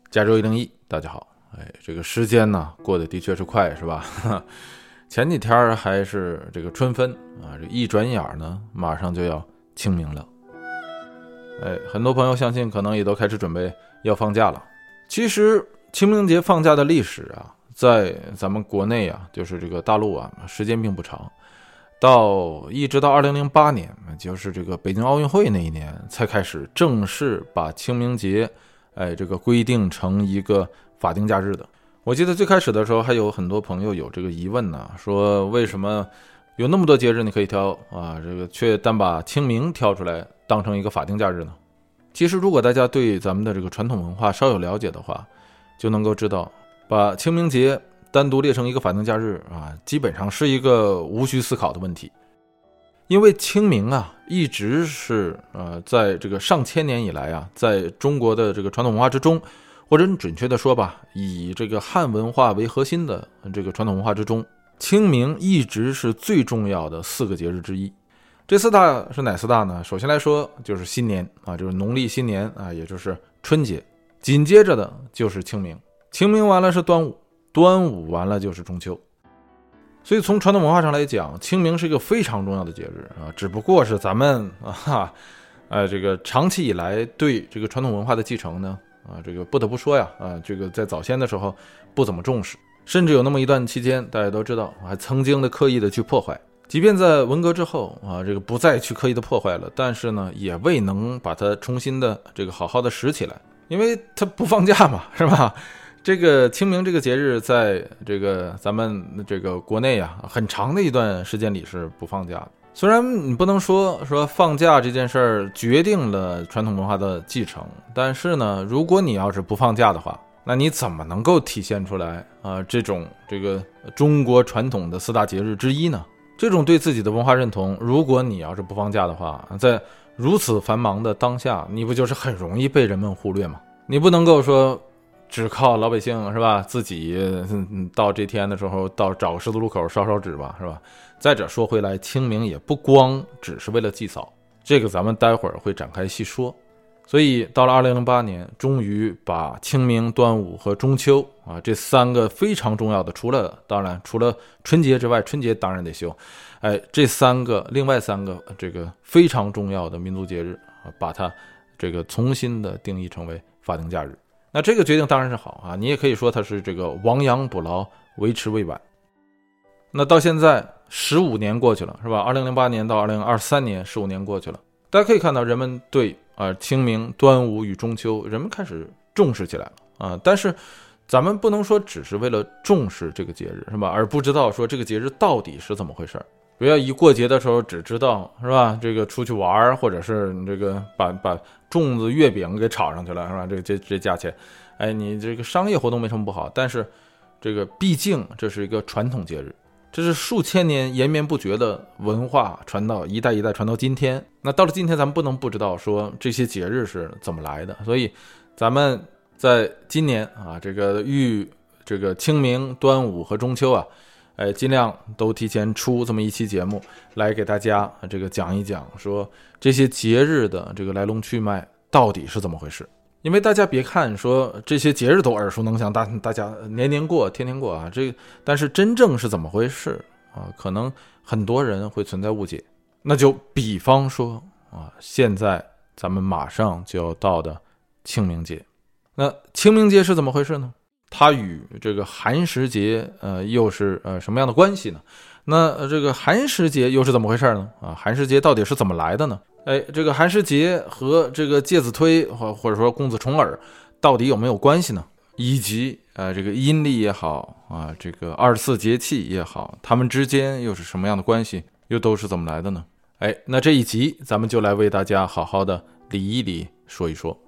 加州101，大家好。这个时间呢过得的确是快，是吧？前几天还是这个春分啊，这一转眼呢，马上就要清明了。很多朋友相信可能也都开始准备要放假了。其实清明节放假的历史啊，在咱们国内啊，就是这个大陆啊，时间并不长。一直到2008年，就是这个北京奥运会那一年，才开始正式把清明节这个规定成一个法定假日的。我记得最开始的时候还有很多朋友有这个疑问呢，说为什么有那么多节日你可以挑啊，这个却单把清明挑出来当成一个法定假日呢？其实如果大家对咱们的这个传统文化稍有了解的话，就能够知道，把清明节单独列成一个法定假日啊，基本上是一个无需思考的问题。因为清明啊，一直是在这个上千年以来啊，在中国的这个传统文化之中，或者准确的说吧，以这个汉文化为核心的这个传统文化之中，清明一直是最重要的4个节日之一。这4大是哪4大呢？首先来说就是新年啊，就是农历新年啊，也就是春节。紧接着的就是清明，清明完了是端午，端午完了就是中秋。所以从传统文化上来讲，清明是一个非常重要的节日啊，只不过是咱们这个长期以来对这个传统文化的继承呢，这个不得不说呀，这个在早先的时候不怎么重视，甚至有那么一段期间，大家都知道，还曾经的刻意的去破坏。即便在文革之后啊，这个不再去刻意的破坏了，但是呢，也未能把它重新的这个好好的拾起来，因为它不放假嘛，是吧？这个清明这个节日，在这个咱们这个国内啊，很长的一段时间里是不放假的。虽然你不能说放假这件事儿决定了传统文化的继承，但是呢，如果你要是不放假的话，那你怎么能够体现出来这个中国传统的4大节日之一呢？这种对自己的文化认同，如果你要是不放假的话，在如此繁忙的当下，你不就是很容易被人们忽略吗？你不能够说只靠老百姓是吧？自己到这天的时候，到找个十字路口烧纸吧，是吧？再者说回来，清明也不光只是为了祭扫，这个咱们待会儿会展开细说。所以到了2008年，终于把清明、端午和中秋这3个非常重要的，除了春节之外，春节当然得休，另外3个这个非常重要的民族节日把它这个重新的定义成为法定假日。那这个决定当然是好啊，你也可以说它是这个亡羊补牢，为时未晚。那到现在15年过去了，是吧？2008年到2023年15年过去了，大家可以看到人们对清明、端午与中秋，人们开始重视起来了但是咱们不能说只是为了重视这个节日，是吧？而不知道说这个节日到底是怎么回事。不要一过节的时候只知道是吧？这个出去玩，或者是这个把粽子、月饼给炒上去了，是吧？这价钱，你这个商业活动没什么不好，但是这个毕竟这是一个传统节日，这是数千年延绵不绝的文化传到一代一代传到今天。那到了今天，咱们不能不知道说这些节日是怎么来的。所以咱们在今年这个这个清明、端午和中秋尽量都提前出这么一期节目来给大家这个讲一讲，说这些节日的这个来龙去脉到底是怎么回事。因为大家别看说这些节日都耳熟能详，大家年年过天天过但是真正是怎么回事可能很多人会存在误解。那就比方说现在咱们马上就要到的清明节，那清明节是怎么回事呢？它与这个寒食节又是什么样的关系呢？那这个寒食节又是怎么回事呢？寒食节到底是怎么来的呢？这个寒食节和这个介子推或者说公子重耳到底有没有关系呢？以及这个阴历也好这个24节气也好，它们之间又是什么样的关系，又都是怎么来的呢？那这一集咱们就来为大家好好的理一理，说一说。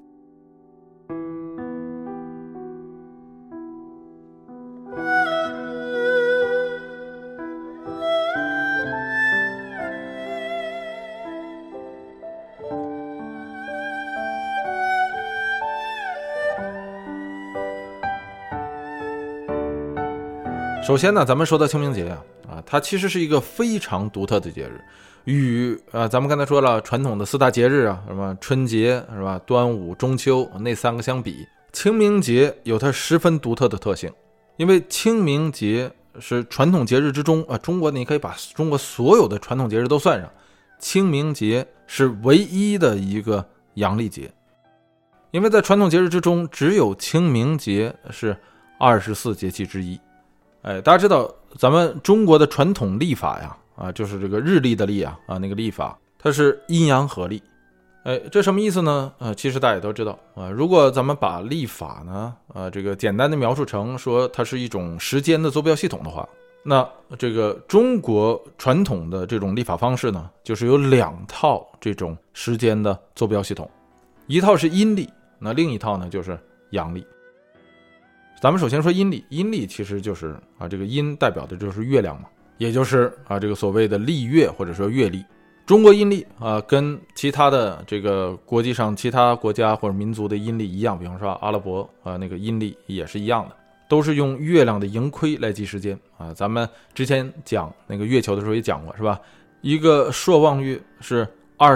首先呢，咱们说到清明节它其实是一个非常独特的节日，与咱们刚才说了传统的4大节日什么春节是吧、端午、中秋那3个相比， 清明节有它十分独特的特性，因为清明节是传统节日之中中国你可以把中国所有的传统节日都算上，清明节是唯一的一个阳历节。因为在传统节日之中，只有清明节是24节气之一。大家知道咱们中国的传统历法呀，就是这个日历的历那个历法，它是阴阳合历。这什么意思呢？其实大家也都知道如果咱们把历法呢，这个简单的描述成说它是一种时间的坐标系统的话，那这个中国传统的这种历法方式呢，就是有2套这种时间的坐标系统，一套是阴历，那另一套呢就是阳历。咱们首先说阴历，阴历其实就是这个阴代表的就是月亮嘛，也就是这个所谓的历月或者说月历。中国阴历跟其他的这个国际上其他国家或者民族的阴历一样，比方说阿拉伯那个阴历也是一样的，都是用月亮的盈亏来计时间咱们之前讲那个月球的时候也讲过是吧？一个朔望月是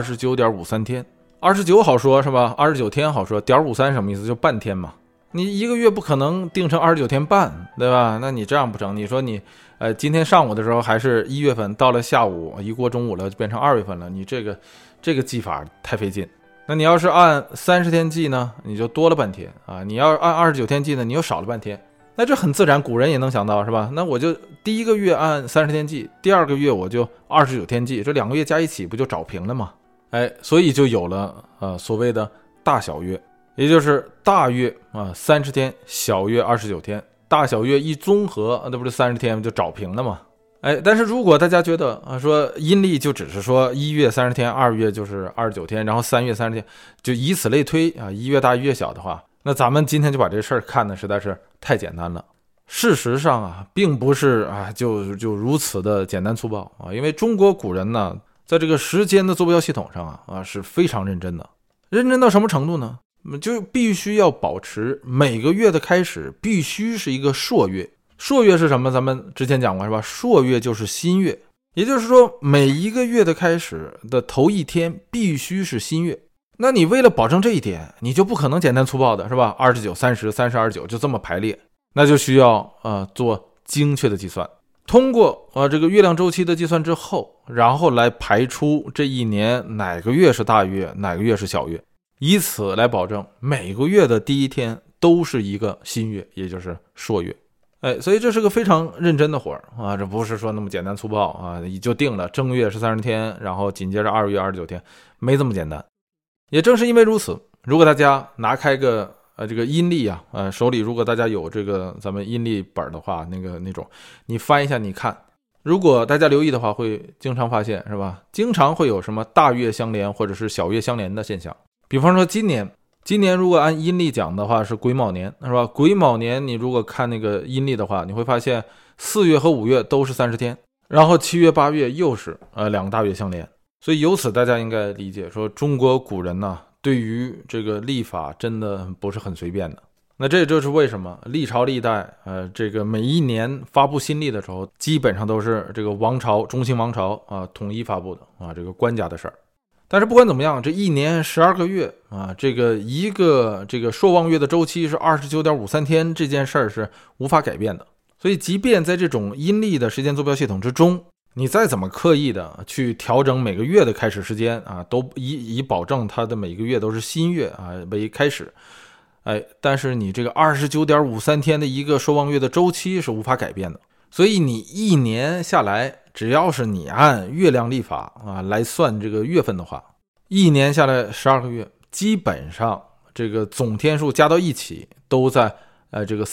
29.53 天，29好说是吧？29天好说，.53什么意思？就半天嘛。你一个月不可能定成29天半，对吧？那你这样不成，你说你今天上午的时候还是1月份，到了下午一过中午了就变成2月份了，你这个计法太费劲。那你要是按30天计呢，你就多了半天你要按29天计呢，你又少了半天。那这很自然，古人也能想到是吧？那我就第一个月按30天计，第二个月我就29天计，这2个月加一起不就找平了吗？所以就有了所谓的大小月，也就是大月30天，小月29天，大小月一综合，那不是30天就找平了吗？但是如果大家觉得说阴历就只是说1月30天，2月就是29天，然后3月30天，就以此类推1月大1月小的话，那咱们今天就把这事儿看的实在是太简单了。事实上并不是就如此的简单粗暴因为中国古人呢，在这个时间的坐标系统上是非常认真的。认真到什么程度呢？就必须要保持每个月的开始必须是一个朔月。朔月是什么？咱们之前讲过是吧？朔月就是新月，也就是说每一个月的开始的头一天必须是新月。那你为了保证这一点，你就不可能简单粗暴的是吧？29、30、30、29就这么排列，那就需要做精确的计算。通过这个月亮周期的计算之后，然后来排出这一年哪个月是大月，哪个月是小月，以此来保证每个月的第一天都是一个新月，也就是朔月。所以这是个非常认真的活儿这不是说那么简单粗暴也就定了正月是30天，然后紧接着2月29天，没这么简单。也正是因为如此，如果大家拿开个这个阴历手里如果大家有这个咱们阴历本的话，那种你翻一下你看，如果大家留意的话，会经常发现是吧？经常会有什么大月相连或者是小月相连的现象。比方说今年如果按阴历讲的话是癸卯年是吧？癸卯年你如果看那个阴历的话，你会发现4月和5月都是30天，然后7月8月又是2个大月相连。所以由此大家应该理解说，中国古人对于这个历法真的不是很随便的。那这就是为什么历朝历代这个每一年发布新历的时候，基本上都是这个王朝中兴王朝统一发布的这个官家的事儿。但是不管怎么样，这一年12个月这个一个这个朔望月的周期是 29.53 天，这件事儿是无法改变的。所以即便在这种阴历的时间坐标系统之中，你再怎么刻意的去调整每个月的开始时间都以保证它的每个月都是新月为开始，但是你这个 29.53 天的一个朔望月的周期是无法改变的。所以你一年下来，只要是你按月亮历法来算这个月份的话，一年下来12个月，基本上这个总天数加到一起都在这个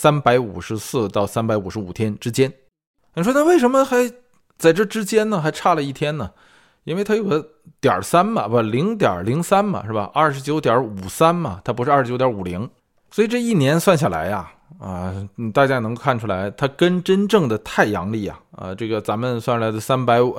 354到355天之间。你说那为什么还在这之间呢？还差了一天呢？因为它有个0.3嘛，不 0.03 嘛，是吧？ 29.53 嘛，它不是 29.50。 所以这一年算下来大家能看出来，它跟真正的太阳历这个咱们算出来的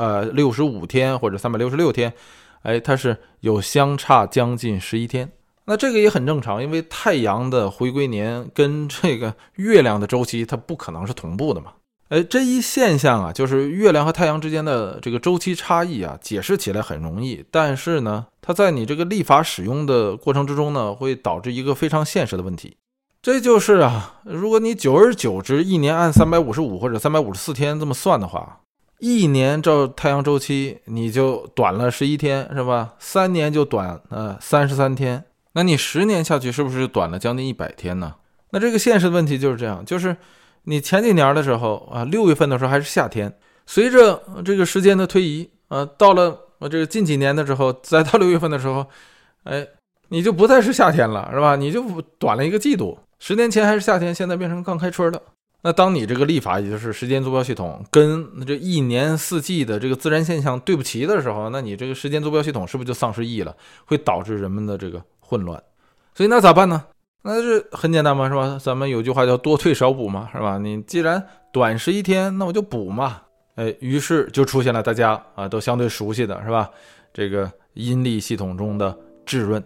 365天或者366天，它是有相差将近11天。那这个也很正常，因为太阳的回归年跟这个月亮的周期它不可能是同步的嘛。这一现象就是月亮和太阳之间的这个周期差异解释起来很容易，但是呢，它在你这个历法使用的过程之中呢，会导致一个非常现实的问题， 这就是啊，如果你久而久之一年按355或者354天这么算的话，一年照太阳周期你就短了11天是吧？3年就短33天，那你10年下去是不是短了将近100天呢？那这个现实的问题就是这样，就是你前几年的时候啊，6月份的时候还是夏天，随着这个时间的推移到了这个近几年的时候，再到6月份的时候，你就不再是夏天了是吧？你就短了一个季度。10年前还是夏天，现在变成刚开春了。那当你这个历法，也就是时间坐标系统跟这一年四季的这个自然现象对不齐的时候，那你这个时间坐标系统是不是就丧失意义了？会导致人们的这个混乱。所以那咋办呢？那是很简单嘛，是吧？咱们有句话叫多退少补嘛，是吧？你既然短11天，那我就补嘛。于是就出现了大家都相对熟悉的是吧？这个阴历系统中的至闰。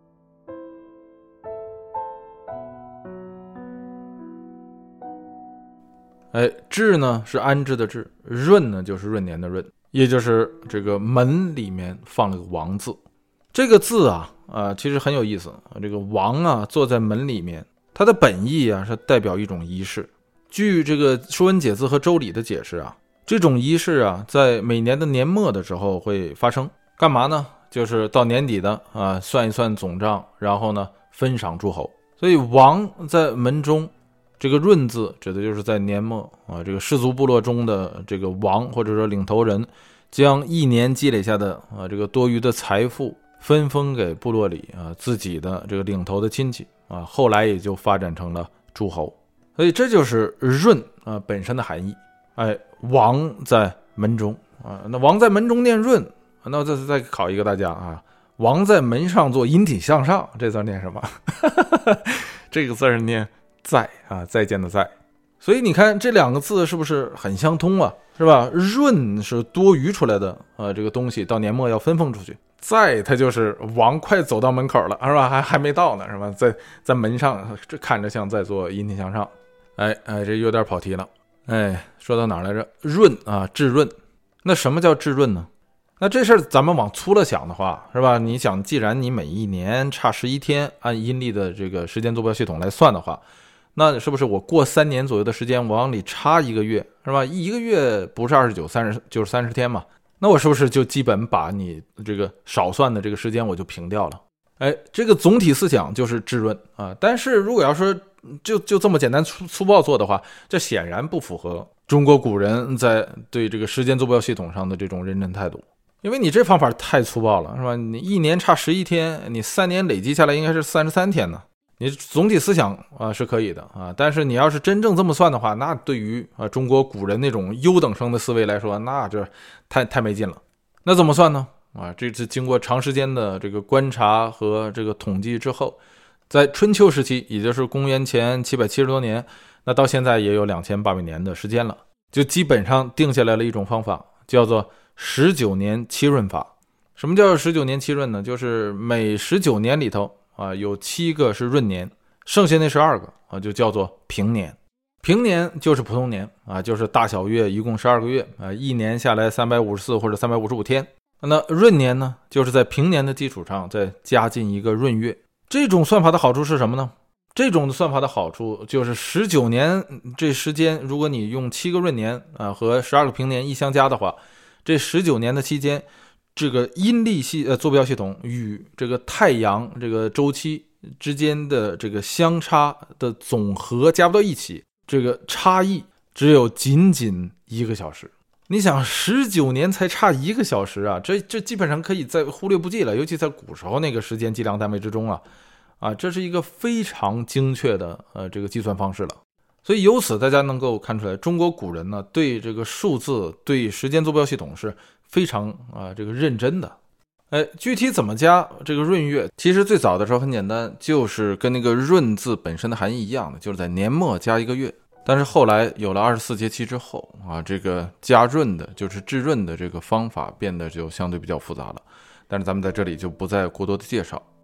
至呢是安置的置，闰呢就是闰年的闰，也就是这个门里面放了个王字。这个字其实很有意思。这个王坐在门里面，它的本意是代表一种仪式。据这个《说文解字》和《周礼》的解释这种仪式在每年的年末的时候会发生。干嘛呢？就是到年底的算一算总账，然后呢分赏诸侯。所以王在门中。这个闰字指的就是在年末这个氏族部落中的这个王或者说领头人，将一年积累下的这个多余的财富分封给部落里自己的这个领头的亲戚后来也就发展成了诸侯。所以这就是闰本身的含义。王在门中那王在门中念闰，那我再考一个大家王在门上做引体向上，这字念什么？这个字念在再见的在。所以你看这两个字是不是很相通是吧？闰是多余出来的这个东西到年末要分封出去，在它就是王快走到门口了是吧？还没到呢是吧？在门上这看着像在做引体向上。这有点跑题了。说到哪儿来着？闰至闰。那什么叫至闰呢？那这事儿咱们往粗了想的话是吧？你想既然你每一年差11天按阴历的这个时间坐标系统来算的话，那是不是我过3年左右的时间我往里插1个月是吧？一个月不是29、30就是30天嘛，那我是不是就基本把你这个少算的这个时间我就平掉了？这个总体思想就是至闰但是如果要说就这么简单粗暴做的话，这显然不符合中国古人在对这个时间坐标系统上的这种认真态度。因为你这方法太粗暴了是吧？你一年差11天，你3年累积下来应该是33天呢。你总体思想是可以的但是你要是真正这么算的话，那对于中国古人那种优等生的思维来说，那这太没劲了。那怎么算呢？这次经过长时间的这个观察和这个统计之后，在春秋时期，也就是公元前770多年，那到现在也有2800年的时间了，就基本上定下来了一种方法，叫做19年7闰法。什么叫19年7闰呢？就是每19年里头有7个是闰年，剩下那12个就叫做平年。平年就是普通年就是大小月一共12个月一年下来354或者355天。那闰年呢，就是在平年的基础上再加进一个闰月。这种算法的好处是什么呢？这种算法的好处就是19年这时间，如果你用7个闰年和12个平年一相加的话，这19年的期间，这个阴历坐标系统与这个太阳这个周期之间的这个相差的总和加不到一起，这个差异只有仅1个小时。你想19年才差1个小时这基本上可以再忽略不计了，尤其在古时候那个时间计量单位之中这是一个非常精确的这个计算方式了。所以由此大家能够看出来，中国古人呢对这个数字对时间坐标系统是非常这个认真的。具体怎么加这个闰月，其实最早的时候很简单，就是跟那个闰字本身的含义一样的，就是在年末加1个月。但是后来有了24节气之后这个加闰的就是至闰的这个方法变得就相对比较复杂了，但是咱们在这里就不再过多的介绍。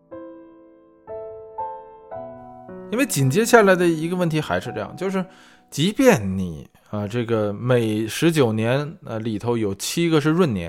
因为紧接下来的一个问题还是这样，就是即便你这个每19年里头有7个是闰年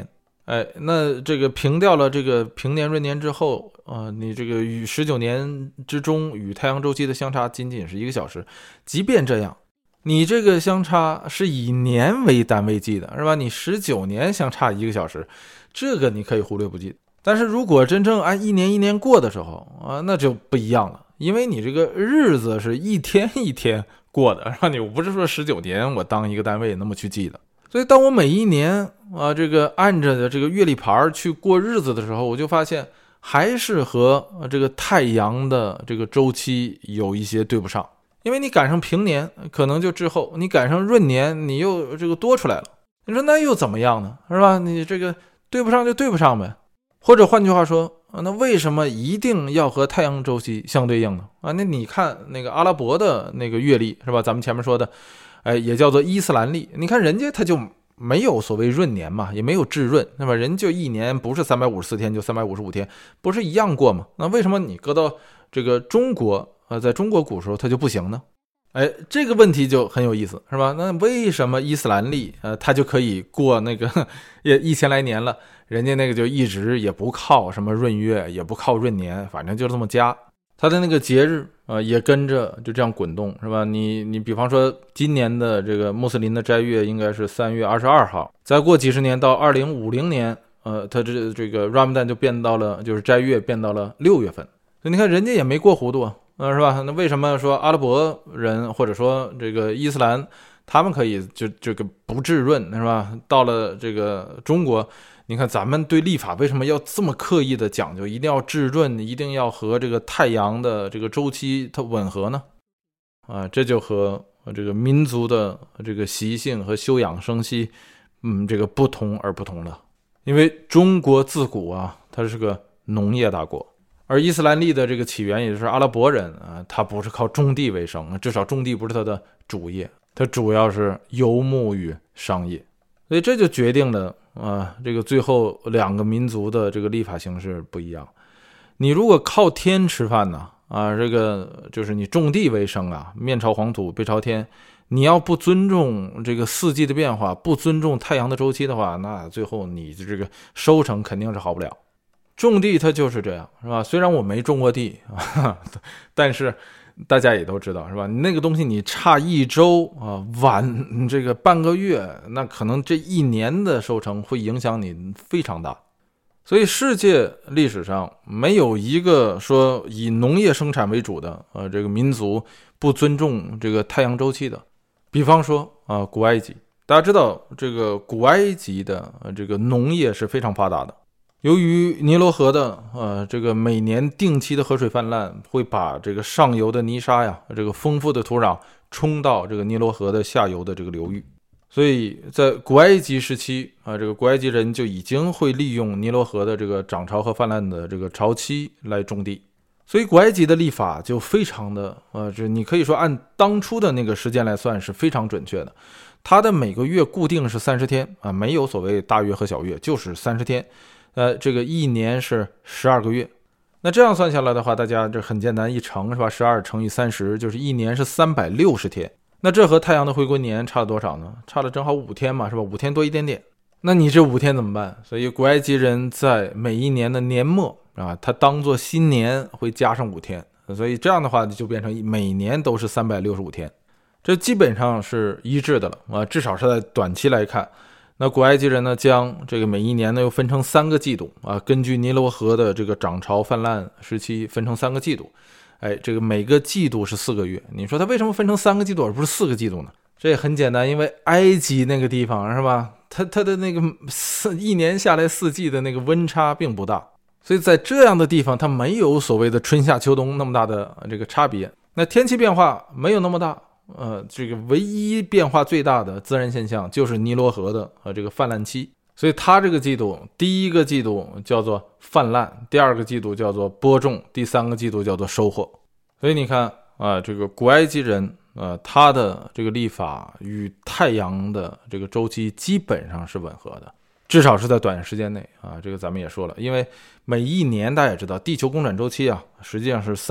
那这个平掉了这个平年闰年之后你这个与19年之中与太阳周期的相差仅仅是1个小时，即便这样，你这个相差是以年为单位计的，是吧？你19年相差1个小时，这个你可以忽略不计。但是如果真正按一年一年过的时候那就不一样了，因为你这个日子是一天一天过的，是吧？你不是说19年我当一个单位那么去记的。所以当我每一年这个按着的这个月历牌去过日子的时候，我就发现还是和这个太阳的这个周期有一些对不上。因为你赶上平年可能就滞后，你赶上闰年你又这个多出来了，你说那又怎么样呢？是吧？你这个对不上就对不上呗。或者换句话说那为什么一定要和太阳周期相对应呢？那你看那个阿拉伯的那个月历，是吧？咱们前面说的也叫做伊斯兰历，你看人家他就没有所谓闰年嘛，也没有至闰，那么人就一年不是354天就355天，不是一样过吗？那为什么你搁到这个中国在中国古时候它就不行呢？这个问题就很有意思，是吧？那为什么伊斯兰历它就可以过那个也1000来年了，人家那个就一直也不靠什么闰月，也不靠闰年，反正就这么加，他的那个节日也跟着就这样滚动，是吧？你比方说今年的这个穆斯林的斋月应该是3月22号，再过几十年到2050年他这个 Ramadan 就变到了，就是斋月变到了6月份。所以你看人家也没过糊涂是吧？那为什么说阿拉伯人或者说这个伊斯兰他们可以就这个不至闰，是吧？到了这个中国，你看咱们对历法为什么要这么刻意的讲究，一定要至闰，一定要和这个太阳的这个周期它吻合呢？这就和这个民族的这个习性和休养生息这个不同而不同了。因为中国自古它是个农业大国，而伊斯兰历的这个起源，也就是阿拉伯人他不是靠种地为生，至少种地不是他的主业，他主要是游牧与商业。所以这就决定了这个最后两个民族的这个历法形式不一样。你如果靠天吃饭呢这个就是你种地为生面朝黄土背朝天，你要不尊重这个四季的变化，不尊重太阳的周期的话，那最后你这个收成肯定是好不了。种地它就是这样，是吧？虽然我没种过地但是大家也都知道，是吧？那个东西你差1周晚这个半个月，那可能这1年的收成会影响你非常大。所以世界历史上没有一个说以农业生产为主的这个民族不尊重这个太阳周期的。比方说古埃及，大家知道这个古埃及的这个农业是非常发达的。由于尼罗河的这个每年定期的河水泛滥，会把这个上游的泥沙这个丰富的土壤冲到这个尼罗河的下游的这个流域，所以在古埃及时期这个古埃及人就已经会利用尼罗河的这个涨潮和泛滥的这个潮期来种地。所以古埃及的历法就非常的这你可以说按当初的那个时间来算是非常准确的。它的每个月固定是30天没有所谓大月和小月，就是30天。这个1年是12个月。那这样算下来的话，大家这很简单一乘，是吧？12乘以30，就是1年是360天。那这和太阳的回归年差了多少呢？差了正好5天嘛，是吧？5天多一点点。那你这5天怎么办？所以古埃及人在每一年的年末他当做新年会加上5天，所以这样的话就变成每年都是365天。这基本上是一致的了至少是在短期来看。那古埃及人呢，将这个每一年呢又分成3个季度根据尼罗河的这个涨潮泛滥时期分成3个季度。这个每个季度是4个月。你说他为什么分成3个季度而不是4个季度呢？这也很简单，因为埃及那个地方是吧，它的那个1年下来4季的那个温差并不大，所以在这样的地方它没有所谓的春夏秋冬那么大的这个差别。那天气变化没有那么大。这个唯一变化最大的自然现象就是尼罗河的这个泛滥期。所以它这个季度，第一个季度叫做泛滥，第2个季度叫做播种，第3个季度叫做收获。所以你看这个古埃及人他的这个历法与太阳的这个周期基本上是吻合的，至少是在短时间内这个咱们也说了，因为每一年大家也知道地球公转周期实际上是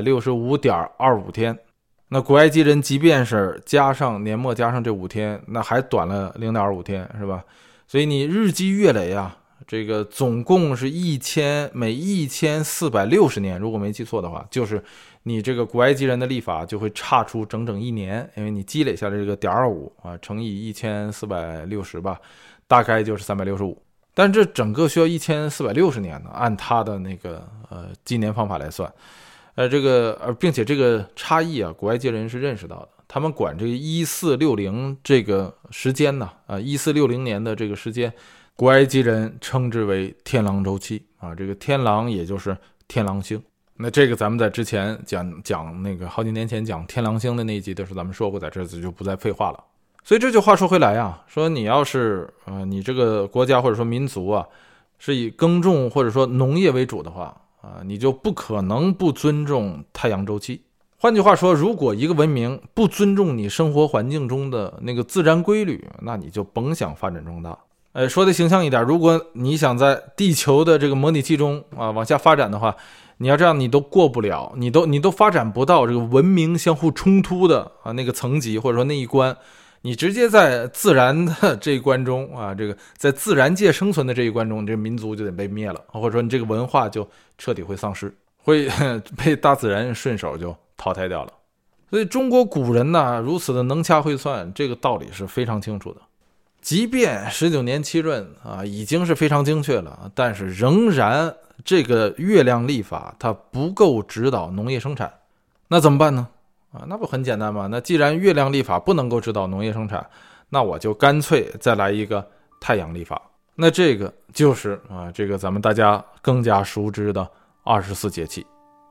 365.25天。那古埃及人即便是加上年末加上这5天，那还短了 0.25 天，是吧？所以你日积月累这个总共是每1460年，如果没记错的话，就是你这个古埃及人的历法就会差出整整1年，因为你积累下来这个 0.25 啊乘以1460吧，大概就是365。但这整个需要1460年呢，按他的那个纪年方法来算。并且这个差异啊，古埃及人是认识到的。他们管这个1460这个时间呢，1460年的这个时间，古埃及人称之为天狼周期啊。这个天狼也就是天狼星。那这个咱们在之前讲那个好几年前讲天狼星的那一集的时候，咱们说过，在这次就不再废话了。所以这句话说回来啊，说你要是你这个国家或者说民族啊，是以耕种或者说农业为主的话啊，你就不可能不尊重太阳周期。换句话说，如果一个文明不尊重你生活环境中的那个自然规律，那你就甭想发展壮大。说的形象一点，如果你想在地球的这个模拟器中啊往下发展的话，你要这样，你都过不了，你都发展不到这个文明相互冲突的那个层级，或者说那一关。你直接在自然的这一关中啊，这个在自然界生存的这一关中，这民族就得被灭了，或者说你这个文化就彻底会丧失，会被大自然顺手就淘汰掉了。所以中国古人呢如此的能掐会算，这个道理是非常清楚的。即便19年七闰啊已经是非常精确了，但是仍然这个月亮历法它不够指导农业生产，那怎么办呢？那不很简单吗？那既然月亮历法不能够指导农业生产，那我就干脆再来一个太阳历法。那这个就是这个咱们大家更加熟知的24节气。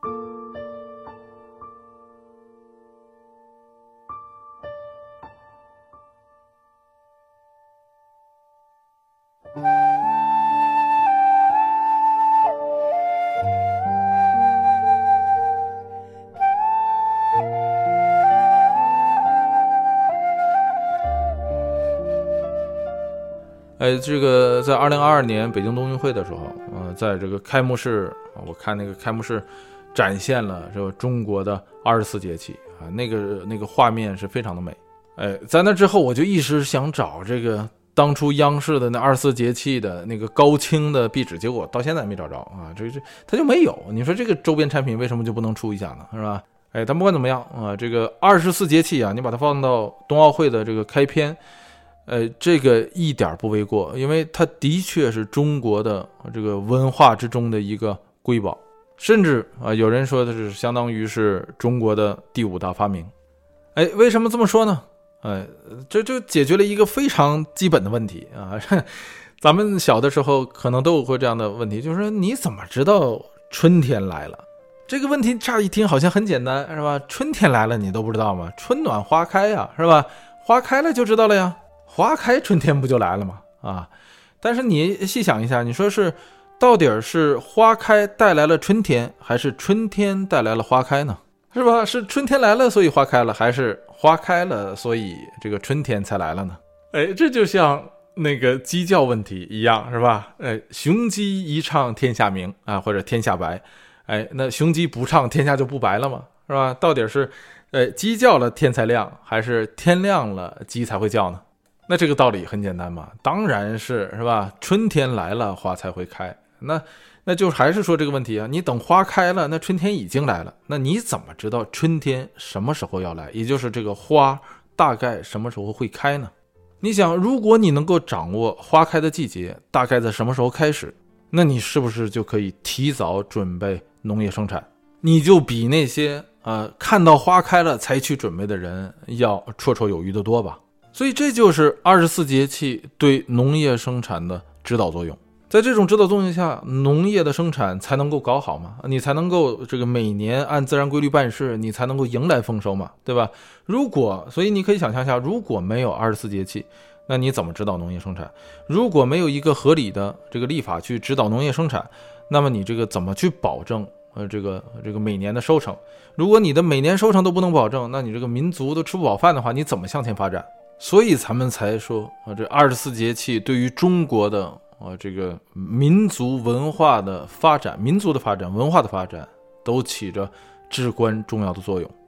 这个在2022年北京冬运会的时候，在这个开幕式，我看那个开幕式展现了这个中国的24节气啊，那个画面是非常的美。在那之后，我就一直想找这个当初央视的那24节气的那个高清的壁纸，结果到现在没找着啊，这它就没有。你说这个周边产品为什么就不能出一下呢？是吧？但不管怎么样啊，这个24节气啊，你把它放到冬奥会的这个开篇。这个一点不为过，因为它的确是中国的这个文化之中的一个瑰宝，甚至有人说的是相当于是中国的第5大发明。为什么这么说呢？这就解决了一个非常基本的问题啊。咱们小的时候可能都有过这样的问题，就是说你怎么知道春天来了？这个问题乍一听好像很简单，是吧？春天来了你都不知道吗？春暖花开呀，是吧？花开了就知道了呀。花开春天不就来了吗？但是你细想一下，你说是到底是花开带来了春天，还是春天带来了花开呢？是吧？是春天来了所以花开了，还是花开了所以这个春天才来了呢？这就像那个鸡叫问题一样，是吧？雄鸡一唱天下明啊，或者天下白。那雄鸡不唱天下就不白了吗？是吧？到底是鸡叫了天才亮，还是天亮了鸡才会叫呢？那这个道理很简单嘛，当然是吧？春天来了，花才会开。那就还是说这个问题啊，你等花开了，那春天已经来了，那你怎么知道春天什么时候要来？也就是这个花大概什么时候会开呢？你想，如果你能够掌握花开的季节大概在什么时候开始，那你是不是就可以提早准备农业生产？你就比那些看到花开了才去准备的人要绰绰有余的多吧？所以这就是24节气对农业生产的指导作用。在这种指导作用下，农业的生产才能够搞好嘛，你才能够这个每年按自然规律办事，你才能够迎来丰收嘛，对吧？所以你可以想象一下，如果没有24节气，那你怎么指导农业生产？如果没有一个合理的这个立法去指导农业生产，那么你这个怎么去保证这个每年的收成？如果你的每年收成都不能保证，那你这个民族都吃不饱饭的话，你怎么向前发展？所以咱们才说这24节气对于中国的这个民族文化的发展、民族的发展、文化的发展都起着至关重要的作用。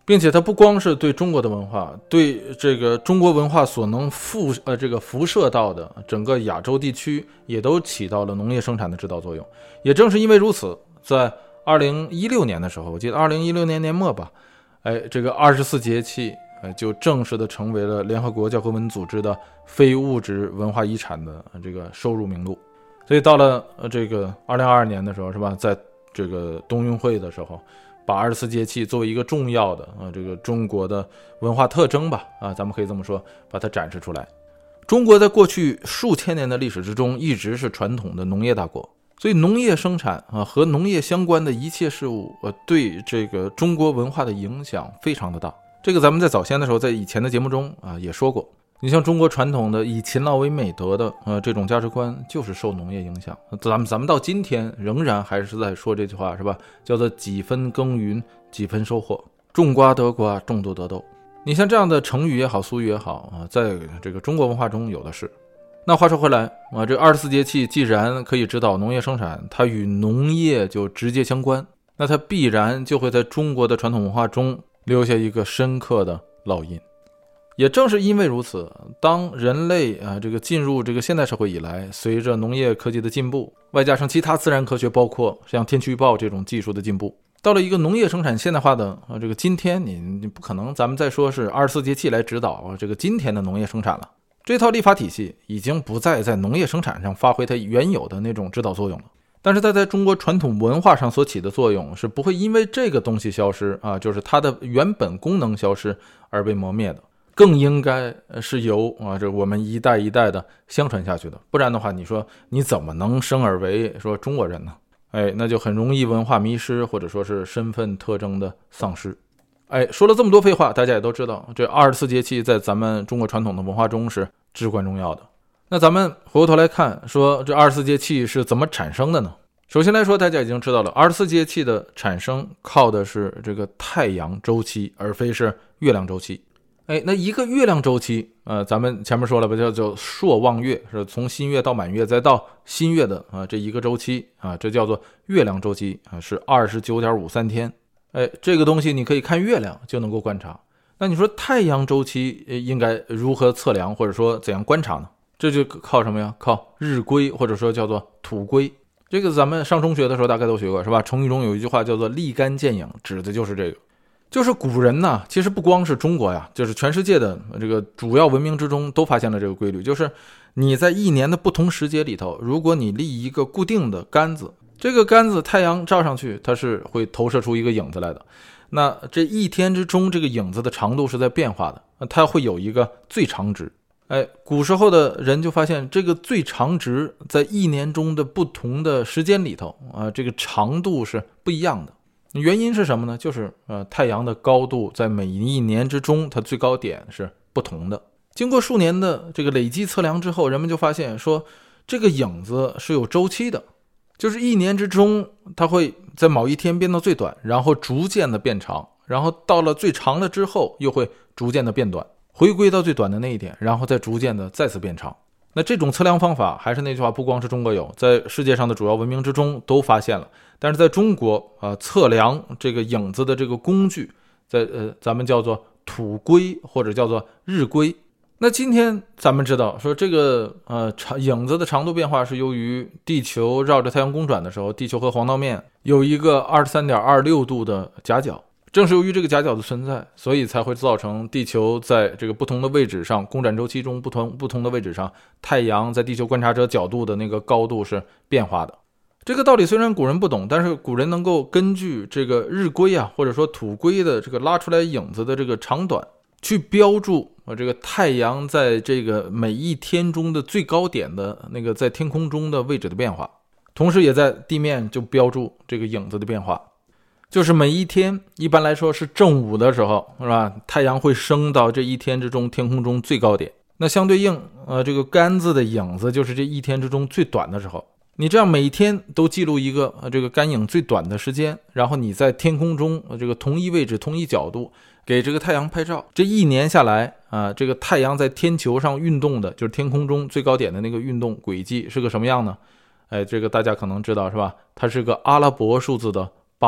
并且它不光是对中国的文化，对这个中国文化所能辐射到的整个亚洲地区，也都起到了农业生产的指导作用。也正是因为如此，在2016年的时候，我记得2016年年末吧，这个24节气就正式的成为了联合国教科文组织的非物质文化遗产的这个收入名录。所以到了这个2022年的时候，是吧，在这个冬运会的时候，把24节气作为一个重要的这个中国的文化特征吧，咱们可以这么说，把它展示出来。中国在过去数千年的历史之中，一直是传统的农业大国，所以农业生产和农业相关的一切事物对这个中国文化的影响非常的大。这个咱们在早先的时候，在以前的节目中也说过。你像中国传统的以勤劳为美德的这种价值观，就是受农业影响。咱们到今天仍然还是在说这句话，是吧？叫做几分耕耘几分收获，种瓜得瓜，种豆得豆。你像这样的成语也好，俗语也好在这个中国文化中有的是。那话说回来这24节气既然可以指导农业生产，它与农业就直接相关，那它必然就会在中国的传统文化中留下一个深刻的烙印。也正是因为如此，当人类这个进入这个现代社会以来，随着农业科技的进步，外加上其他自然科学，包括像天气预报这种技术的进步，到了一个农业生产现代化的这个今天，你不可能咱们再说是24节气来指导这个今天的农业生产了。这套立法体系已经不再在农业生产上发挥它原有的那种指导作用了，但是它在中国传统文化上所起的作用是不会因为这个东西消失就是它的原本功能消失而被磨灭的，更应该是由这我们一代一代的相传下去的。不然的话，你说你怎么能生而为说中国人呢？那就很容易文化迷失，或者说是身份特征的丧失。说了这么多废话，大家也都知道，这24节气在咱们中国传统的文化中是至关重要的。那咱们回过头来看，说这24节气是怎么产生的呢？首先来说，大家已经知道了，24节气的产生靠的是这个太阳周期，而非是月亮周期。那一个月亮周期咱们前面说了吧，叫做朔望月，是从新月到满月再到新月的这一个周期这叫做月亮周期是 29.53 天。这个东西你可以看月亮就能够观察。那你说太阳周期应该如何测量，或者说怎样观察呢？这就靠什么呀？靠日归，或者说叫做土归。这个咱们上中学的时候大概都学过，是吧？成语中有一句话叫做立竿见影，指的就是这个。就是古人呢，其实不光是中国呀，就是全世界的这个主要文明之中都发现了这个规律，就是你在一年的不同时节里头，如果你立一个固定的杆子，这个杆子太阳照上去，它是会投射出一个影子来的。那这一天之中，这个影子的长度是在变化的，它会有一个最长值。古时候的人就发现，这个最长值在一年中的不同的时间里头这个长度是不一样的。原因是什么呢？就是太阳的高度在每一年之中，它最高点是不同的。经过数年的这个累积测量之后，人们就发现说，这个影子是有周期的，就是一年之中，它会在某一天变到最短，然后逐渐的变长，然后到了最长了之后，又会逐渐的变短，回归到最短的那一点，然后再逐渐的再次变长。那这种测量方法，还是那句话，不光是中国有，在世界上的主要文明之中都发现了。但是在中国测量这个影子的这个工具，在咱们叫做土归或者叫做日归。那今天咱们知道说，这个影子的长度变化是由于地球绕着太阳公转的时候，地球和黄道面有一个 23.26 度的夹角。正是由于这个夹角的存在，所以才会造成地球在这个不同的位置上，公转周期中不同的位置上，太阳在地球观察者角度的那个高度是变化的。这个道理虽然古人不懂，但是古人能够根据这个日归或者说土归的这个拉出来影子的这个长短，去标注这个太阳在这个每一天中的最高点的那个在天空中的位置的变化，同时也在地面就标注这个影子的变化。就是每一天一般来说是正午的时候，是吧？太阳会升到这一天之中天空中最高点。那相对应这个杆子的影子就是这一天之中最短的时候。你这样每一天都记录一个这个杆影最短的时间，然后你在天空中这个同一位置同一角度给这个太阳拍照，这一年下来这个太阳在天球上运动的，就是天空中最高点的那个运动轨迹是个什么样呢？这个大家可能知道，是吧？它是个阿拉伯数字的8，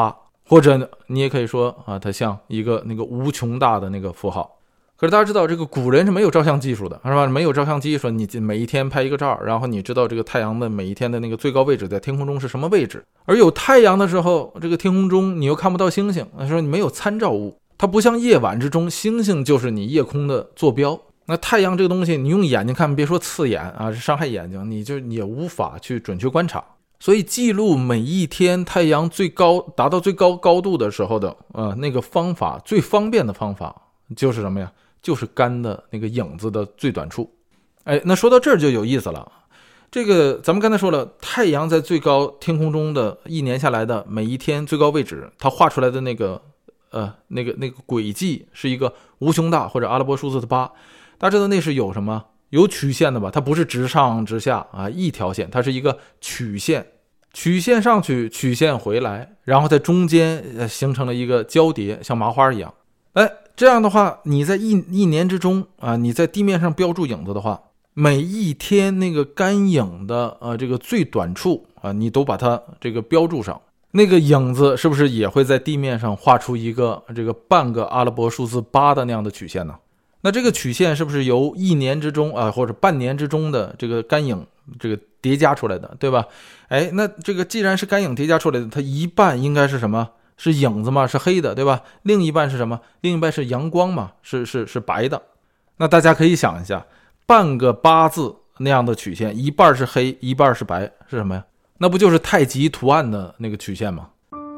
或者你也可以说啊，它像一个那个无穷大的那个符号。可是大家知道，这个古人是没有照相技术的，是吧？没有照相机说你每一天拍一个照，然后你知道这个太阳的每一天的那个最高位置在天空中是什么位置。而有太阳的时候，这个天空中你又看不到星星，说你没有参照物，它不像夜晚之中，星星就是你夜空的坐标。那太阳这个东西，你用眼睛看，别说刺眼啊，是伤害眼睛，你也无法去准确观察。所以记录每一天太阳达到最高高度的时候的那个方法，最方便的方法就是什么呀？就是杆的那个影子的最短处。那说到这儿就有意思了。这个咱们刚才说了，太阳在最高天空中的一年下来的每一天最高位置，它画出来的那个轨迹是一个无穷大或者阿拉伯数字的8。大家知道那是有什么？有曲线的吧？它不是直上直下啊，一条线，它是一个曲线，曲线上去，曲线回来，然后在中间形成了一个交叠，像麻花一样。这样的话，你在一年之中啊，你在地面上标注影子的话，每一天那个干影的这个最短处啊，你都把它这个标注上，那个影子是不是也会在地面上画出一个这个半个阿拉伯数字8的那样的曲线呢？那这个曲线是不是由一年之中或者半年之中的这个干影这个叠加出来的，对吧？那这个既然是干影叠加出来的，它一半应该是什么？是影子嘛，是黑的，对吧？另一半是什么？另一半是阳光嘛，是白的。那大家可以想一下，半个8字那样的曲线，一半是黑，一半是白，是什么呀？那不就是太极图案的那个曲线吗？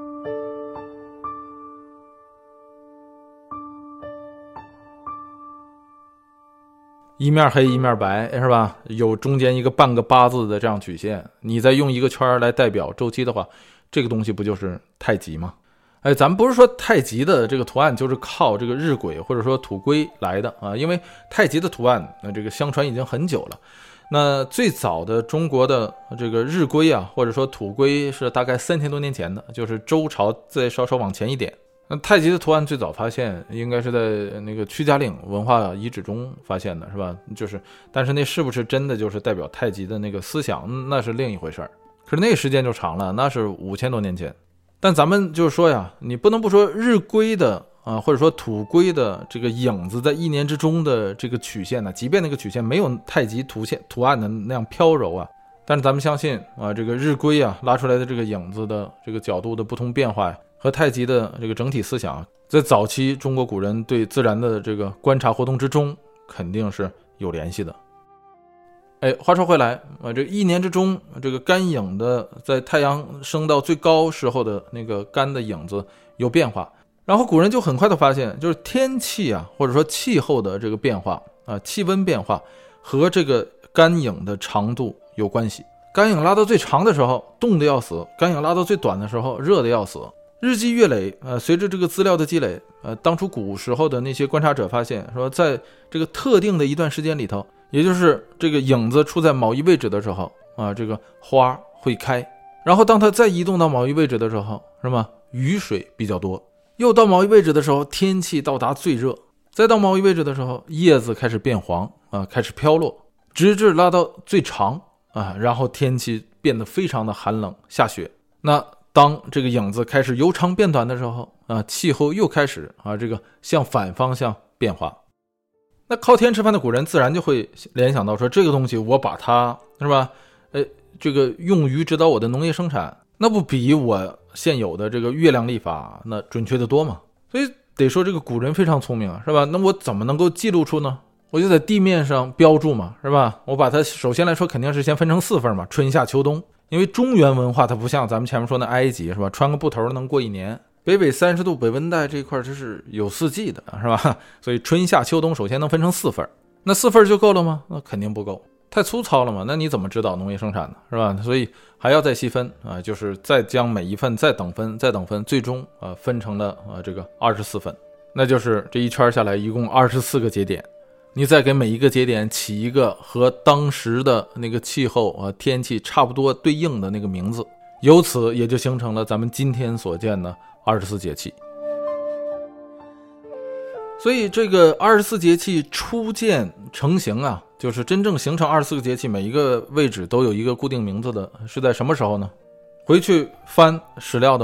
一面黑一面白，是吧？有中间一个半个8字的这样曲线，你再用一个圈来代表周期的话，这个东西不就是太极吗？咱们不是说太极的这个图案就是靠这个日晷或者说土龟来的啊，因为太极的图案这个相传已经很久了。那最早的中国的这个日晷啊，或者说土龟是大概3000多年前的，就是周朝再稍稍往前一点。那太极的图案最早发现应该是在那个屈家岭文化遗址中发现的，是吧？但是那是不是真的就是代表太极的那个思想，那是另一回事儿。可是那个时间就长了，那是5000多年前。但咱们就是说呀，你不能不说日晷的或者说土龟的这个影子在一年之中的这个曲线呢，即便那个曲线没有太极图案的那样飘柔啊，但是咱们相信这个日晷拉出来的这个影子的这个角度的不同变化和太极的这个整体思想，在早期中国古人对自然的这个观察活动之中肯定是有联系的。话说回来这一年之中这个干影的在太阳升到最高时候的那个干的影子有变化，然后古人就很快的发现，就是天气或者说气候的这个变化气温变化和这个干影的长度有关系。干影拉到最长的时候冻得要死，干影拉到最短的时候热得要死。日积月累随着这个资料的积累当初古时候的那些观察者发现说，在这个特定的一段时间里头，也就是这个影子处在某一位置的时候这个花会开，然后当它再移动到某一位置的时候，是吗？雨水比较多，又到某一位置的时候天气到达最热，再到某一位置的时候叶子开始变黄开始飘落，直至拉到最长然后天气变得非常的寒冷，下雪。那当这个影子开始由长变短的时候气候又开始这个向反方向变化。那靠天吃饭的古人自然就会联想到说，这个东西我把它是吧这个用于指导我的农业生产，那不比我现有的这个月亮历法那准确的多吗？所以得说这个古人非常聪明是吧？那我怎么能够记录出呢？我就在地面上标注嘛，是吧？我把它首先来说肯定是先分成4份嘛，春夏秋冬。因为中原文化它不像咱们前面说的埃及是吧，穿个布头能过1年，北纬30度北温带这一块这是有4季的是吧？所以春夏秋冬首先能分成4份，那4份就够了吗？那肯定不够，太粗糙了嘛。那你怎么指导农业生产呢？是吧？所以还要再细分就是再将每一份再等分再等分，最终分成了这个24份，那就是这一圈下来一共24个节点。你再给每一个节点起一个和当时的那个气候天气差不多对应的那个名字，由此也就形成了咱们今天所见的24节气。所以这个24节气初见成型就是真正形成24个节气，每一个位置都有一个固定名字的，是在什么时候呢？回去翻史料的话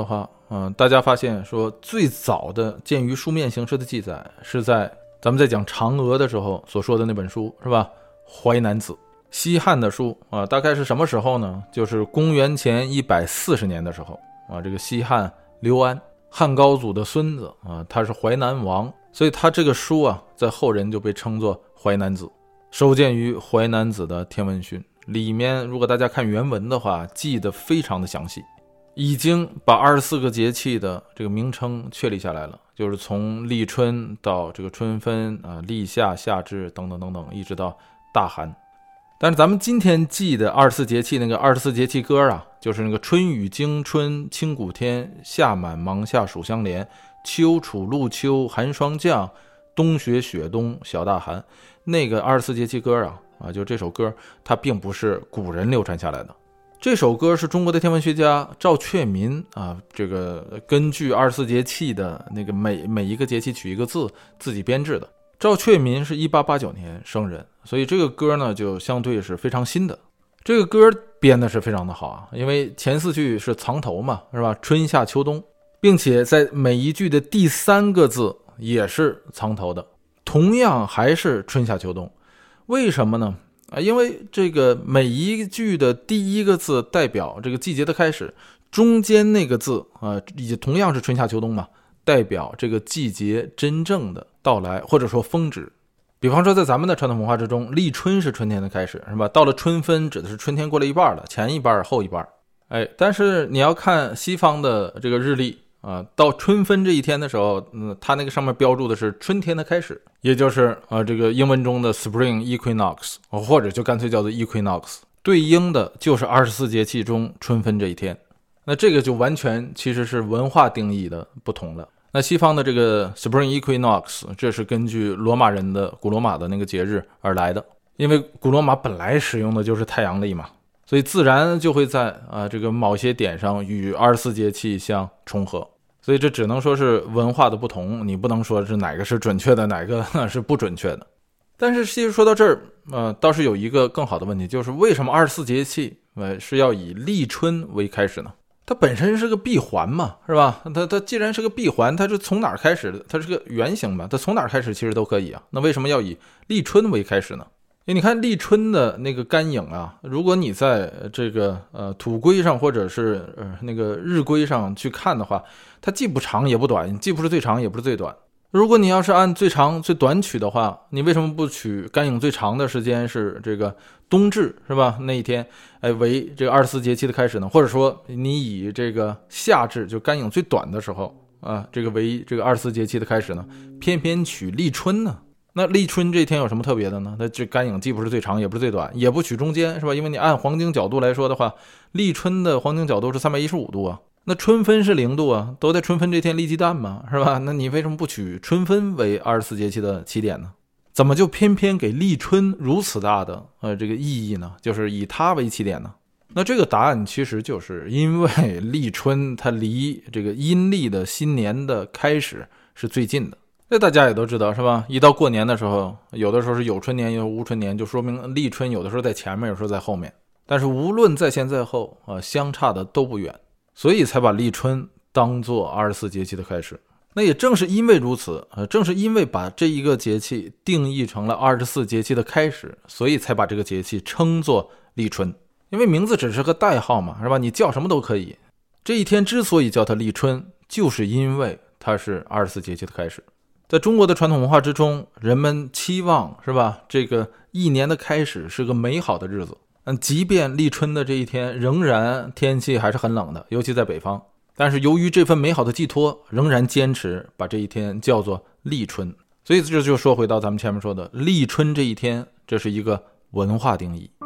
大家发现说最早的见于书面形式的记载是在咱们在讲嫦娥的时候所说的那本书，是吧？淮南子，西汉的书大概是什么时候呢？就是公元前140年的时候这个西汉刘安，汉高祖的孙子他是淮南王，所以他这个书在后人就被称作淮南子，收见于淮南子的天文训，里面如果大家看原文的话，记得非常的详细，已经把24个节气的这个名称确立下来了，就是从立春到这个春分立夏、夏至等等等等，一直到大寒。但是咱们今天记的24节气那个24节气歌就是那个春雨惊春清谷天，夏满芒夏暑相连，秋处露秋寒霜降，冬雪雪冬小大寒。那个24节气歌就这首歌它并不是古人流传下来的，这首歌是中国的天文学家赵确民这个根据24节气的那个每一个节气取一个字自己编制的。赵确民是1889年生人，所以这个歌呢就相对是非常新的。这个歌编的是非常的好因为前4句是藏头嘛，是吧？春夏秋冬，并且在每一句的第3个字也是藏头的，同样还是春夏秋冬。为什么呢？因为这个每一句的第1个字代表这个季节的开始，中间那个字也同样是春夏秋冬嘛，代表这个季节真正的到来，或者说峰值。比方说在咱们的传统文化之中，立春是春天的开始，是吧？到了春分指的是春天过了一半了，前一半后一半。但是你要看西方的这个日历到春分这一天的时候，它那个上面标注的是春天的开始，也就是这个英文中的 Spring Equinox， 或者就干脆叫做 Equinox， 对应的就是24节气中春分这一天。那这个就完全其实是文化定义的不同了。那西方的这个 Spring Equinox， 这是根据罗马人的古罗马的那个节日而来的，因为古罗马本来使用的就是太阳历嘛，所以自然就会在这个某些点上与24节气相重合。所以这只能说是文化的不同，你不能说是哪个是准确的，哪个是不准确的。但是其实说到这儿倒是有一个更好的问题，就是为什么24节气是要以立春为开始呢？它本身是个闭环嘛，是吧？它既然是个闭环，它是从哪儿开始的？它是个圆形嘛，它从哪儿开始其实都可以那为什么要以立春为开始呢？因为你看立春的那个干影如果你在这个土龟上或者是那个日龟上去看的话，它既不长也不短，既不是最长也不是最短。如果你要是按最长最短取的话，你为什么不取干影最长的时间是这个冬至，是吧？那一天为这个24节气的开始呢？或者说你以这个夏至就干影最短的时候这个为这个24节气的开始呢？偏偏取立春呢？那立春这一天有什么特别的呢？那这干影既不是最长也不是最短，也不取中间，是吧？因为你按黄经角度来说的话，立春的黄经角度是315度那春分是0度都在春分这天立鸡蛋嘛，是吧？那你为什么不取春分为24节气的起点呢？怎么就偏偏给立春如此大的这个意义呢？就是以它为起点呢？那这个答案其实就是因为立春它离这个阴历的新年的开始是最近的。这大家也都知道，是吧？一到过年的时候，有的时候是有春年有无春年，就说明立春有的时候在前面，有时候在后面。但是无论在前在后相差的都不远，所以才把立春当作24节气的开始。那也正是因为如此正是因为把这一个节气定义成了24节气的开始，所以才把这个节气称作立春。因为名字只是个代号嘛，是吧？你叫什么都可以。这一天之所以叫它立春，就是因为它是24节气的开始。在中国的传统文化之中，人们期望，是吧？这个一年的开始是个美好的日子。即便立春的这一天仍然天气还是很冷的，尤其在北方，但是由于这份美好的寄托，仍然坚持把这一天叫做立春。所以这就说回到咱们前面说的立春这一天，这是一个文化定义。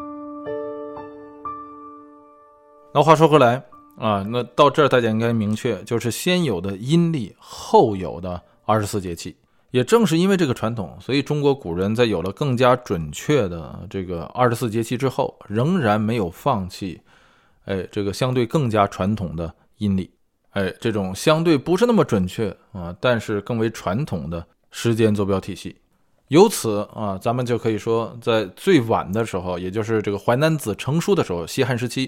那话说回来那到这儿大家应该明确，就是先有的阴历，后有的24节气。也正是因为这个传统，所以中国古人在有了更加准确的这个24节气之后，仍然没有放弃这个相对更加传统的阴历，这种相对不是那么准确但是更为传统的时间坐标体系。由此咱们就可以说，在最晚的时候，也就是这个淮南子成书的时候，西汉时期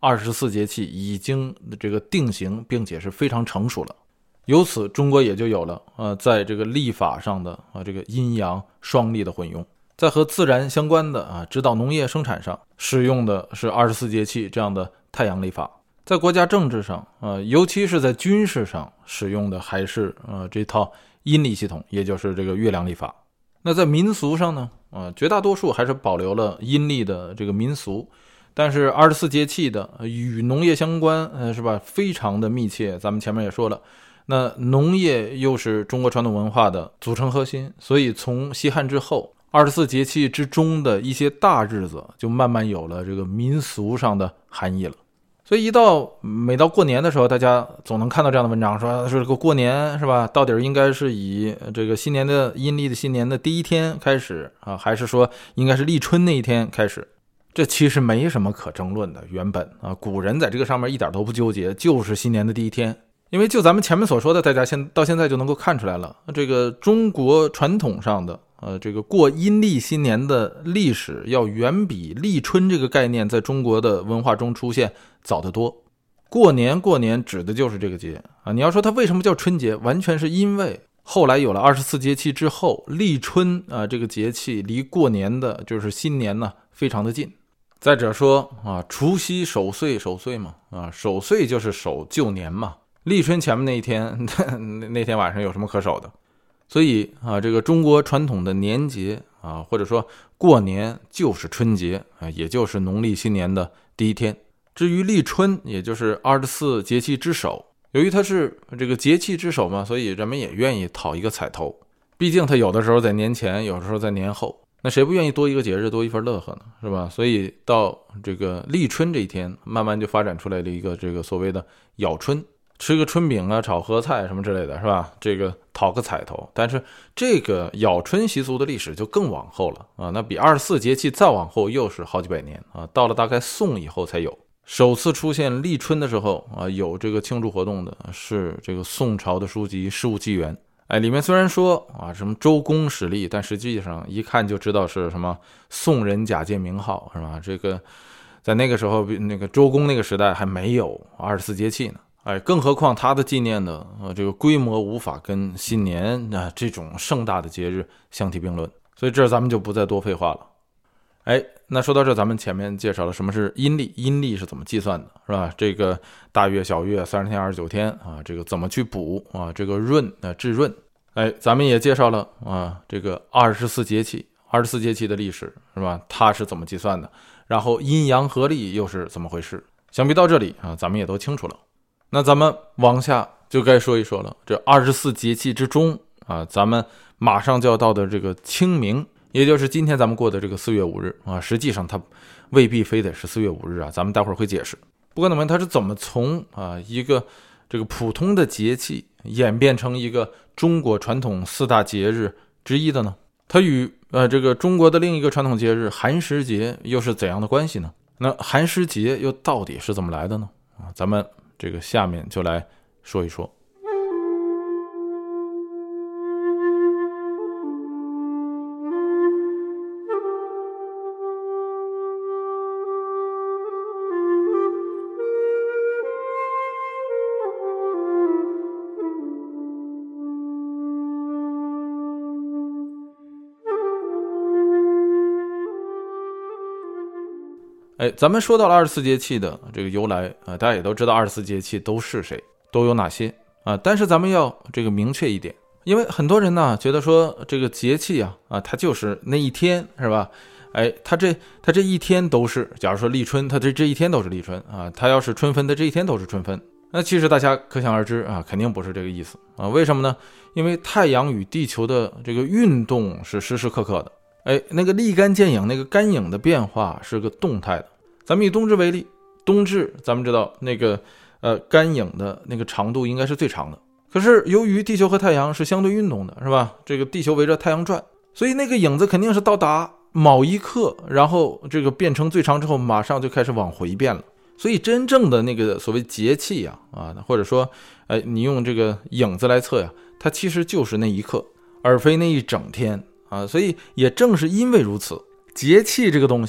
24节气已经这个定型，并且是非常成熟了。由此中国也就有了在这个历法上的这个阴阳双历的混用，在和自然相关的指导农业生产上使用的是24节气这样的太阳历法，在国家政治上尤其是在军事上使用的还是这套阴历系统，也就是这个月亮历法。那在民俗上呢绝大多数还是保留了阴历的这个民俗，但是24节气的与农业相关是吧，非常的密切。咱们前面也说了，那农业又是中国传统文化的组成核心，所以从西汉之后24节气之中的一些大日子就慢慢有了这个民俗上的含义了。所以每到过年的时候，大家总能看到这样的文章，说这个过年是吧，到底应该是以这个新年的阴历的新年的第一天开始还是说应该是立春那一天开始？这其实没什么可争论的，原本古人在这个上面一点都不纠结，就是新年的第一天。因为就咱们前面所说的，大家到现在就能够看出来了，这个中国传统上的这个过阴历新年的历史要远比立春这个概念在中国的文化中出现早得多。过年指的就是这个节你要说它为什么叫春节，完全是因为后来有了24节气之后，立春这个节气离过年的就是新年呢非常的近。再者说除夕守岁嘛守岁就是守旧年嘛，立春前面那一天那天晚上有什么可守的？所以这个中国传统的年节或者说过年就是春节也就是农历新年的第一天。至于立春，也就是24节气之首，由于它是这个节气之首嘛，所以人们也愿意讨一个彩头。毕竟它有的时候在年前，有的时候在年后，那谁不愿意多一个节日，多一份乐呵呢？是吧？所以到这个立春这一天，慢慢就发展出来了一个这个所谓的咬春，吃个春饼炒合菜什么之类的，是吧？这个讨个彩头。但是这个咬春习俗的历史就更往后了那比24节气再往后又是好几百年到了大概宋以后才有。首次出现立春的时候有这个庆祝活动的是这个宋朝的书籍《事物纪元》。里面虽然说什么周公始立，但实际上一看就知道是什么宋人假借名号，是吧？这个在那个时候，那个周公那个时代还没有24节气呢。更何况他的纪念的这个规模无法跟新年这种盛大的节日相提并论，所以这咱们就不再多废话了。那说到这，咱们前面介绍了什么是阴历，阴历是怎么计算的，是吧？这个大月小月30天29天这个怎么去补这个闰至闰。咱们也介绍了这个24节气的历史，是吧？它是怎么计算的，然后阴阳合历又是怎么回事。想必到这里咱们也都清楚了。那咱们往下就该说一说了，这24节气之中咱们马上就要到的这个清明，也就是今天咱们过的这个4月5日实际上它未必非得是4月5日咱们待会儿会解释。不管怎么样，它是怎么从一个这个普通的节气演变成一个中国传统4大节日之一的呢？它与这个中国的另一个传统节日寒食节又是怎样的关系呢？那寒食节又到底是怎么来的呢？咱们这个下面就来说一说。咱们说到了24节气的这个由来大家也都知道24节气都是谁，都有哪些但是咱们要这个明确一点，因为很多人呢觉得说这个节气它就是那一天，是吧？它这一天都是，假如说立春，它这一天都是立春它要是春分，它这一天都是春分。那其实大家可想而知肯定不是这个意思为什么呢？因为太阳与地球的这个运动是时时刻刻的。那个立竿见影，那个干影的变化是个动态的。咱们以冬至为例，冬至咱们知道那个干影的那个长度应该是最长的。可是由于地球和太阳是相对运动的，是吧？这个地球围着太阳转，所以那个影子肯定是到达某一刻，然后这个变成最长之后，马上就开始往回变了。所以真正的那个所谓节气或者说你用这个影子来测它其实就是那一刻，而非那一整天所以也正是因为如此，节气这个东西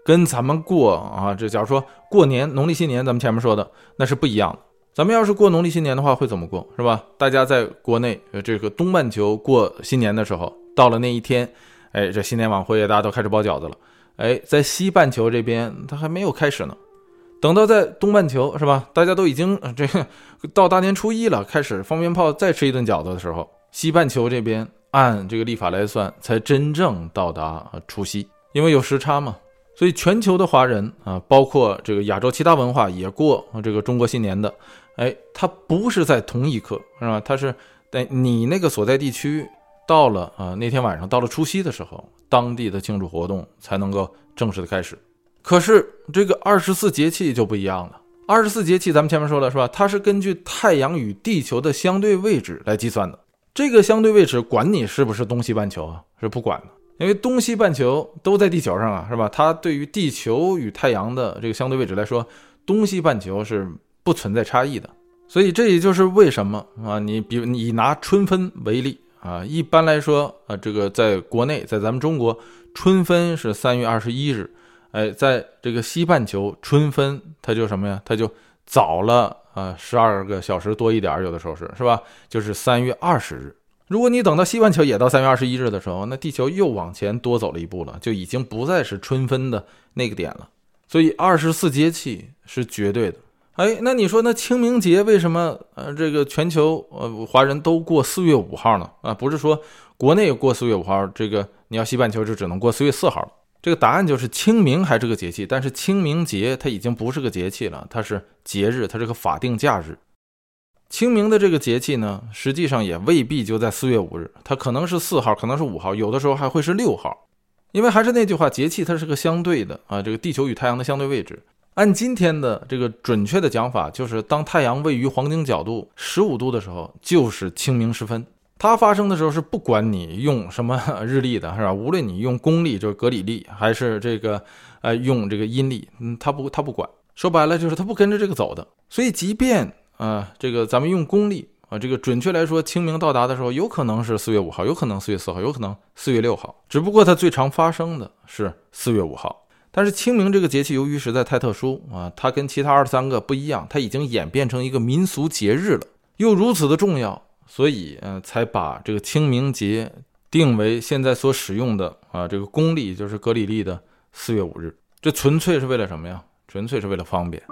跟咱们过啊，这假如说过年农历新年，咱们前面说的那是不一样的。咱们要是过农历新年的话，会怎么过，是吧？大家在国内这个东半球过新年的时候，到了那一天，这新年晚会大家都开始包饺子了。在西半球这边，它还没有开始呢。等到在东半球，是吧？大家都已经这个到大年初一了，开始放鞭炮，再吃一顿饺子的时候，西半球这边按这个历法来算，才真正到达除夕，因为有时差嘛。所以全球的华人啊，包括这个亚洲其他文化也过这个中国新年的，它不是在同一刻，是吧？它是在你那个所在地区到了那天晚上到了除夕的时候，当地的庆祝活动才能够正式的开始。可是这个24节气就不一样了。24节气咱们前面说了，是吧？它是根据太阳与地球的相对位置来计算的。这个相对位置管你是不是东西半球啊，是不管的。因为东西半球都在地球上啊，是吧？它对于地球与太阳的这个相对位置来说，东西半球是不存在差异的。所以这也就是为什么啊，你比如你拿春分为例啊，一般来说这个在国内，在咱们中国，春分是3月21日，在这个西半球春分它就什么呀？它就早了12个小时多一点，有的时候是吧？就是3月20日。如果你等到西半球也到3月21日的时候，那地球又往前多走了一步了，就已经不再是春分的那个点了。所以24节气是绝对的。那你说那清明节为什么这个全球华人都过4月5号呢？不是说国内过4月5号，这个你要西半球就只能过4月4号了。这个答案就是清明还是个节气，但是清明节它已经不是个节气了，它是节日，它是个法定假日。清明的这个节气呢，实际上也未必就在4月5日，它可能是4号，可能是5号，有的时候还会是6号。因为还是那句话，节气它是个相对的这个地球与太阳的相对位置。按今天的这个准确的讲法，就是当太阳位于黄金角度15度的时候，就是清明时分。它发生的时候是不管你用什么日历的，是吧？无论你用公历就是格里历，还是这个用这个阴历，它不管。说白了就是它不跟着这个走的。所以即便这个咱们用公历这个准确来说，清明到达的时候，有可能是4月5号，有可能4月4号，有可能4月6号，只不过它最常发生的是4月5号。但是清明这个节气由于实在太特殊它跟其他23个不一样，它已经演变成一个民俗节日了，又如此的重要，所以才把这个清明节定为现在所使用的这个公历，就是格里历的4月5日。这纯粹是为了什么呀？纯粹是为了方便。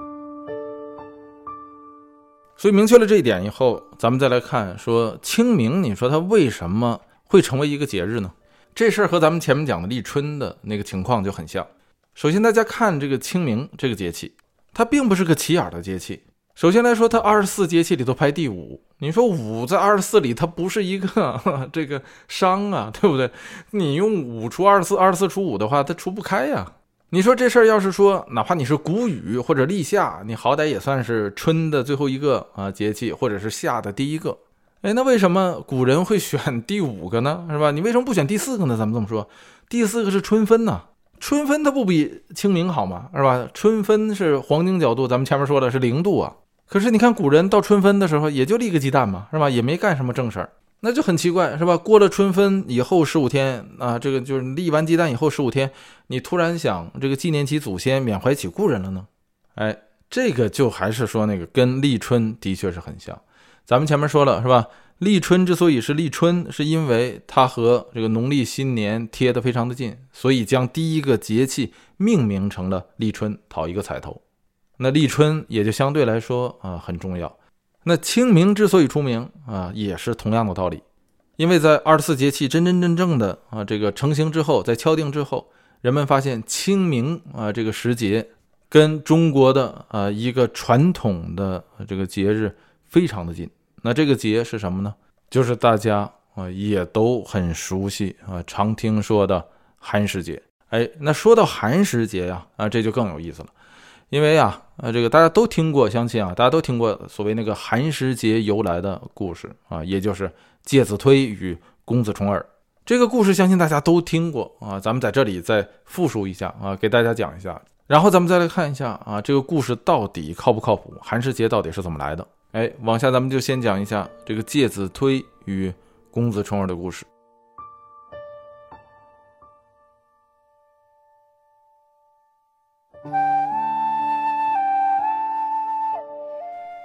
所以明确了这一点以后，咱们再来看说清明，你说它为什么会成为一个节日呢？这事儿和咱们前面讲的立春的那个情况就很像。首先大家看这个清明这个节气，它并不是个起眼的节气。首先来说，它24节气里头排第5，你说5在24里，它不是一个这个商啊，对不对？你用5除24除5的话，它除不开呀。你说这事儿要是说哪怕你是谷雨或者立夏，你好歹也算是春的最后一个节气，或者是夏的第一个。那为什么古人会选第5个呢？是吧？你为什么不选第4个呢？咱们这么说，第4个是春分呢。春分它不比清明好吗？是吧？春分是黄金角度，咱们前面说的是0度啊。可是你看古人到春分的时候也就立个鸡蛋嘛，是吧？也没干什么正事儿。那就很奇怪，是吧？过了春分以后15天这个就是立完鸡蛋以后15天，你突然想这个纪念起祖先，缅怀起故人了呢？这个就还是说那个跟立春的确是很像。咱们前面说了，是吧？立春之所以是立春，是因为它和这个农历新年贴得非常的近，所以将第一个节气命名成了立春，讨一个彩头。那立春也就相对来说很重要。那清明之所以出名也是同样的道理，因为在24节气真正的这个成型之后，在敲定之后，人们发现清明这个时节跟中国的一个传统的这个节日非常的近。那这个节是什么呢？就是大家也都很熟悉常听说的寒食节。那说到寒食节呀这就更有意思了。因为这个大家都听过，相信大家都听过所谓那个寒食节由来的故事也就是介子推与公子重耳。这个故事相信大家都听过咱们在这里再复述一下给大家讲一下，然后咱们再来看一下这个故事到底靠不靠谱，寒食节到底是怎么来的。往下咱们就先讲一下这个介子推与公子重耳的故事。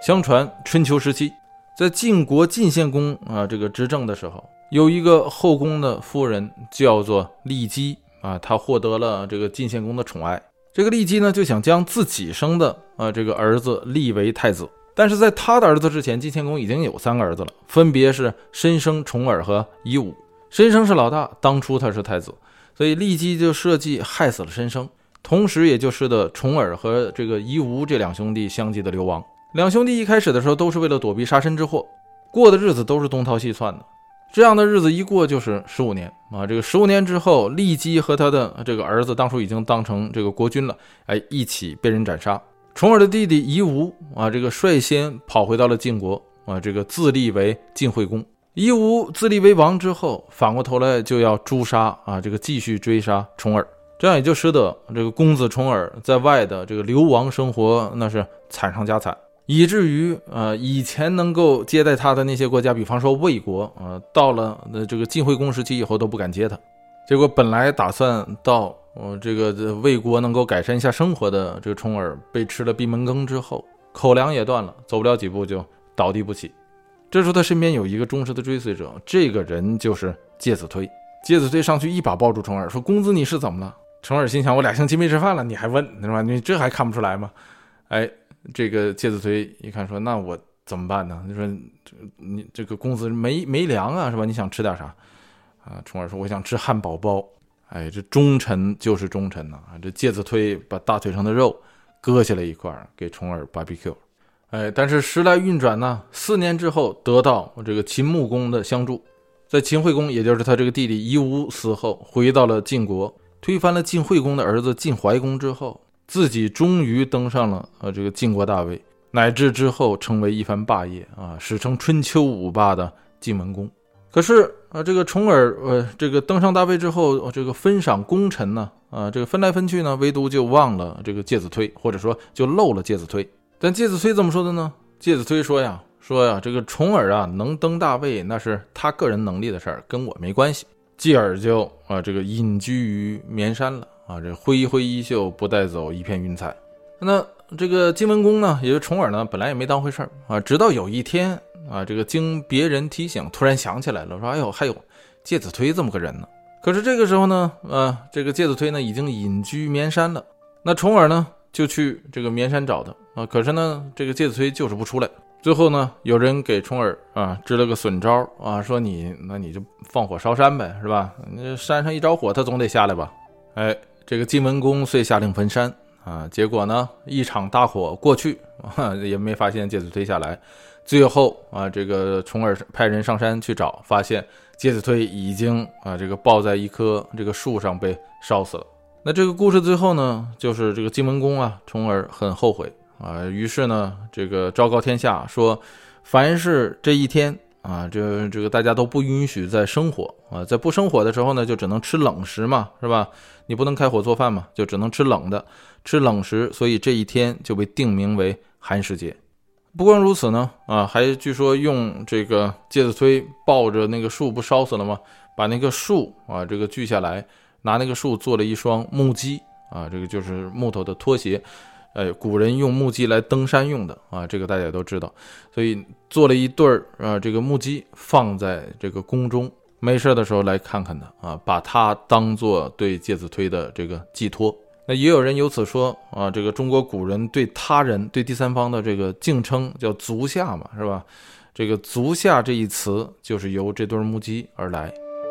相传春秋时期，在晋国晋献公这个执政的时候，有一个后宫的夫人叫做骊姬她获得了这个晋献公的宠爱。这个骊姬呢就想将自己生的这个儿子立为太子，但是在他的儿子之前，晋献公已经有3个儿子了，分别是申生、重耳和夷吾。申生是老大，当初他是太子，所以骊姬就设计害死了申生，同时也就使得重耳和这个夷吾这2兄弟相继的流亡。2兄弟一开始的时候都是为了躲避杀身之祸，过的日子都是东逃西窜的。这样的日子一过就是15年这个15年之后，骊姬和他的这个儿子当初已经当成这个国君了，一起被人斩杀。重耳的弟弟夷吾这个率先跑回到了晋国这个自立为晋惠公。夷吾自立为王之后，反过头来就要诛杀这个继续追杀重耳，这样也就使得这个公子重耳在外的这个流亡生活那是惨上加惨，以至于以前能够接待他的那些国家，比方说魏国到了这个晋惠公时期以后都不敢接他。结果本来打算到这个魏国能够改善一下生活的这个重耳，被吃了闭门羹之后，口粮也断了，走不了几步就倒地不起。这时候他身边有一个忠实的追随者，这个人就是介子推。介子推上去一把抱住重耳，说：“公子你是怎么了？”重耳心想：我2星期没吃饭了，你还问是吧？你这还看不出来吗？这个介子推一看说：“那我怎么办呢？”你说你这个公子没粮啊，是吧？你想吃点啥重耳说：“我想吃汉堡包。”这忠臣就是忠臣这介子推把大腿上的肉割下来一块给重耳 BBQ。但是时来运转呢，4年之后得到这个秦穆公的相助，在秦惠公也就是他这个弟弟夷吾死后，回到了晋国，推翻了晋惠公的儿子晋怀公之后，自己终于登上了这个晋国大位，乃至之后成为一番霸业史称春秋5霸的晋文公。可是这个重耳这个登上大位之后，这个分赏功臣呢这个分来分去呢，唯独就忘了这个介子推，或者说就漏了介子推。但介子推怎么说的呢？介子推说呀，这个重耳能登大位，那是他个人能力的事儿，跟我没关系。继而就这个隐居于绵山了这挥一挥衣袖，不带走一片云彩。那这个晋文公呢，也就是重耳呢，本来也没当回事直到有一天这个经别人提醒，突然想起来了，说：“哎呦，还有介子推这么个人呢。”可是这个时候呢这个介子推呢已经隐居绵山了。那重耳呢就去这个绵山找他可是呢这个介子推就是不出来。最后呢有人给重耳支了个损招说那你就放火烧山呗，是吧？你山上一着火，他总得下来吧。这个晋文公遂下令焚山结果呢一场大火过去也没发现介子推下来。最后这个重耳派人上山去找，发现介子推已经这个抱在一棵这个树上被烧死了。那这个故事最后呢，就是这个晋文公重耳很后悔于是呢这个昭告天下说，凡是这一天这个大家都不允许再生火在不生火的时候呢，就只能吃冷食嘛，是吧？你不能开火做饭嘛，就只能吃冷的，吃冷食，所以这一天就被定名为寒食节。不光如此呢还据说用这个介子推抱着那个树不烧死了吗？把那个树这个锯下来，拿那个树做了一双木屐这个就是木头的拖鞋。古人用木屐来登山用的这个大家也都知道，所以做了一对这个木屐放在这个宫中，没事的时候来看看他把它当做对介子推的这个寄托。那也有人由此说这个中国古人对他人对第三方的这个敬称叫足下嘛，是吧？这个足下这一词就是由这对木屐而来。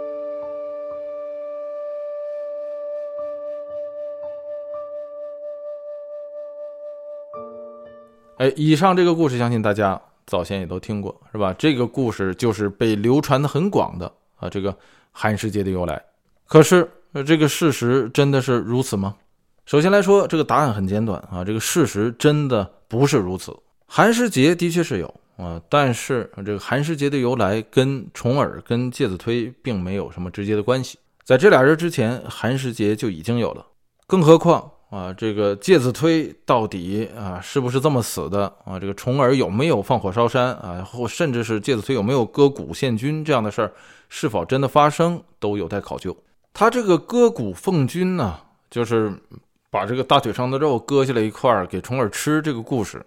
以上这个故事相信大家早先也都听过，是吧？这个故事就是被流传的很广的这个寒食节的由来。可是这个事实真的是如此吗？首先来说，这个答案很简短这个事实真的不是如此。寒食节的确是有但是这个寒食节的由来跟重耳跟介子推并没有什么直接的关系。在这俩人之前，寒食节就已经有了。更何况这个介子推到底是不是这么死的这个重耳有没有放火烧山或甚至是介子推有没有割骨献君这样的事儿，是否真的发生都有待考究。他这个割骨奉君呢，就是把这个大腿上的肉割下来一块给重耳吃，这个故事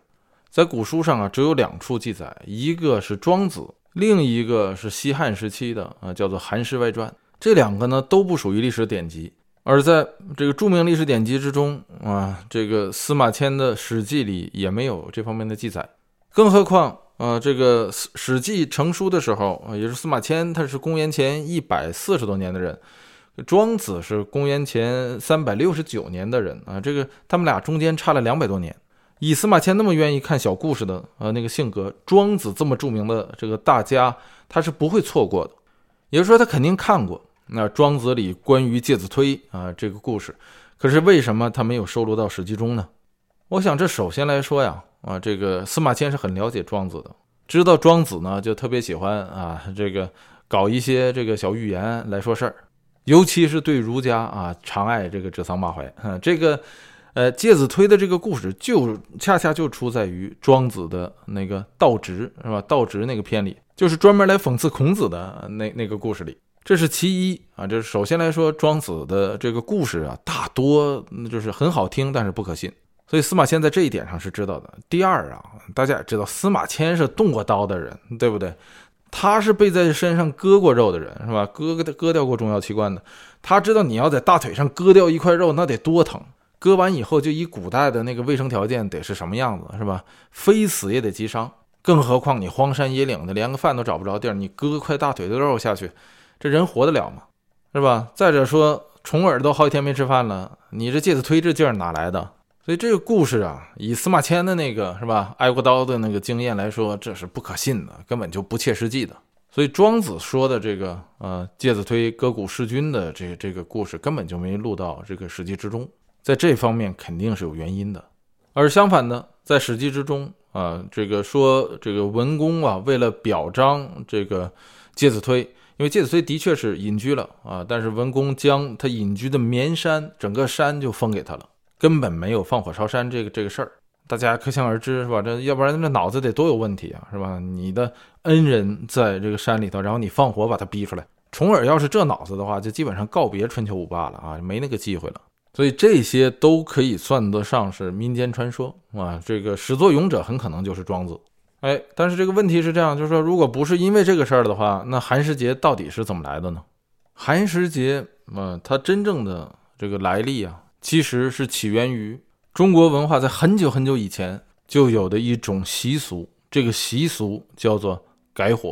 在古书上啊，只有2处记载，一个是庄子，另一个是西汉时期的叫做《韩诗外传》。这2个呢都不属于历史典籍，而在这个著名历史典籍之中这个司马迁的《史记》里也没有这方面的记载。更何况这个《史记》成书的时候也是司马迁，他是公元前140多年的人，庄子是公元前369年的人这个他们俩中间差了200多年。以司马迁那么愿意看小故事的那个性格，庄子这么著名的这个大家，他是不会错过的。也就是说他肯定看过那庄子里关于介子推这个故事，可是为什么他没有收录到史记中呢？我想这首先来说呀这个司马迁是很了解庄子的，知道庄子呢就特别喜欢这个搞一些这个小寓言来说事儿，尤其是对儒家常爱这个指桑骂槐这个介子推的这个故事就恰恰就出在于庄子的那个道直是吧？道直那个篇里，就是专门来讽刺孔子的那个故事里。这是其一这首先来说，庄子的这个故事大多就是很好听，但是不可信。所以司马迁在这一点上是知道的。第二大家也知道司马迁是动过刀的人，对不对？他是被在身上割过肉的人是吧？割掉过重要器官的，他知道你要在大腿上割掉一块肉那得多疼，割完以后就以古代的那个卫生条件得是什么样子是吧？非死也得击伤，更何况你荒山野岭的连个饭都找不着地儿，你割块大腿的肉下去，这人活得了吗？是吧？再者说重耳都好几天没吃饭了，你这介子推这劲儿哪来的？所以这个故事以司马迁的那个是吧挨过刀的那个经验来说，这是不可信的，根本就不切实际的。所以庄子说的这个介子推割骨弑君的这个故事根本就没录到这个史记之中，在这方面肯定是有原因的。而相反的，在史记之中这个说这个文公为了表彰这个介子推，因为介子推的确是隐居了但是文公将他隐居的绵山整个山就封给他了，根本没有放火烧山这个事儿。大家可想而知是吧？这要不然这脑子得多有问题是吧？你的恩人在这个山里头，然后你放火把他逼出来。重耳要是这脑子的话，就基本上告别春秋五霸了没那个机会了。所以这些都可以算得上是民间传说这个始作俑者很可能就是庄子。但是这个问题是这样，就是说如果不是因为这个事儿的话，那寒食节到底是怎么来的呢？寒食节它真正的这个来历其实是起源于中国文化在很久很久以前就有的一种习俗，这个习俗叫做改火。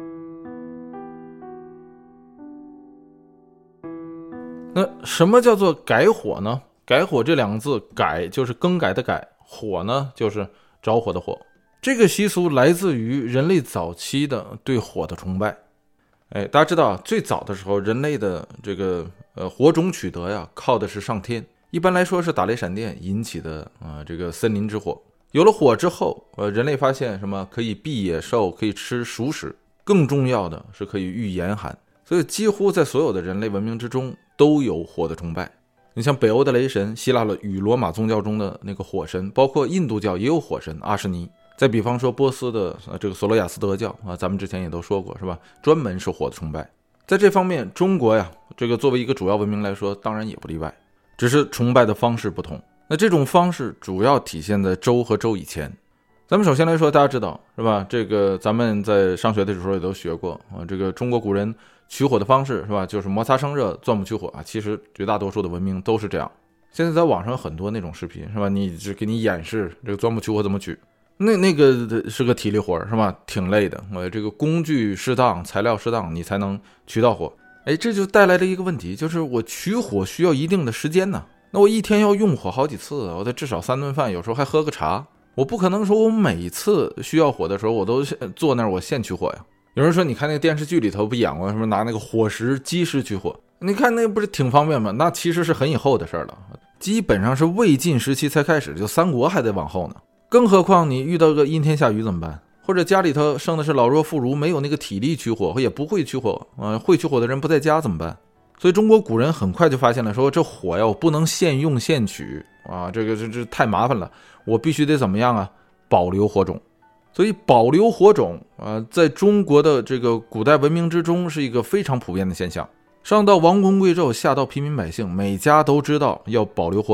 那什么叫做改火呢？改火这2个字，改就是更改的改，火呢就是着火的火。这个习俗来自于人类早期的对火的崇拜。大家知道最早的时候人类的这个火种取得靠的是上天，一般来说是打雷闪电引起的这个森林之火。有了火之后人类发现什么可以避野兽，可以吃熟食，更重要的是可以御严寒。所以几乎在所有的人类文明之中都有火的崇拜。你像北欧的雷神，希腊与罗马宗教中的那个火神，包括印度教也有火神阿什尼。再比方说波斯的这个索罗亚斯德教咱们之前也都说过是吧？专门是火的崇拜。在这方面中国这个作为一个主要文明来说当然也不例外，只是崇拜的方式不同。那这种方式主要体现在周和周以前。咱们首先来说，大家知道是吧？这个咱们在上学的时候也都学过这个中国古人取火的方式是吧？就是摩擦生热，钻木取火其实绝大多数的文明都是这样。现在在网上很多那种视频是吧？你只给你演示这个钻木取火怎么取，那个是个体力活是吧？挺累的。这个工具适当，材料适当，你才能取到火。这就带来了一个问题，就是我取火需要一定的时间呢。那我一天要用火好几次，我得至少3顿饭，有时候还喝个茶。我不可能说我每次需要火的时候我都坐那儿我现取火呀。有人说你看那个电视剧里头不演过什么拿那个火石击石取火，你看那不是挺方便吗？那其实是很以后的事了，基本上是魏晋时期才开始，就三国还得往后呢。更何况你遇到个阴天下雨怎么办？或者家里头生的是老弱妇孺，没有那个体力取火，也不会取火会取火的人不在家怎么办？所以中国古人很快就发现了，说这火呀我不能现用现取这太麻烦了，我必须得怎么样保留火种。所以保留火种在中国的这个古代文明之中是一个非常普遍的现象。上到王公贵胄，下到平民百姓，每家都知道要保留火种。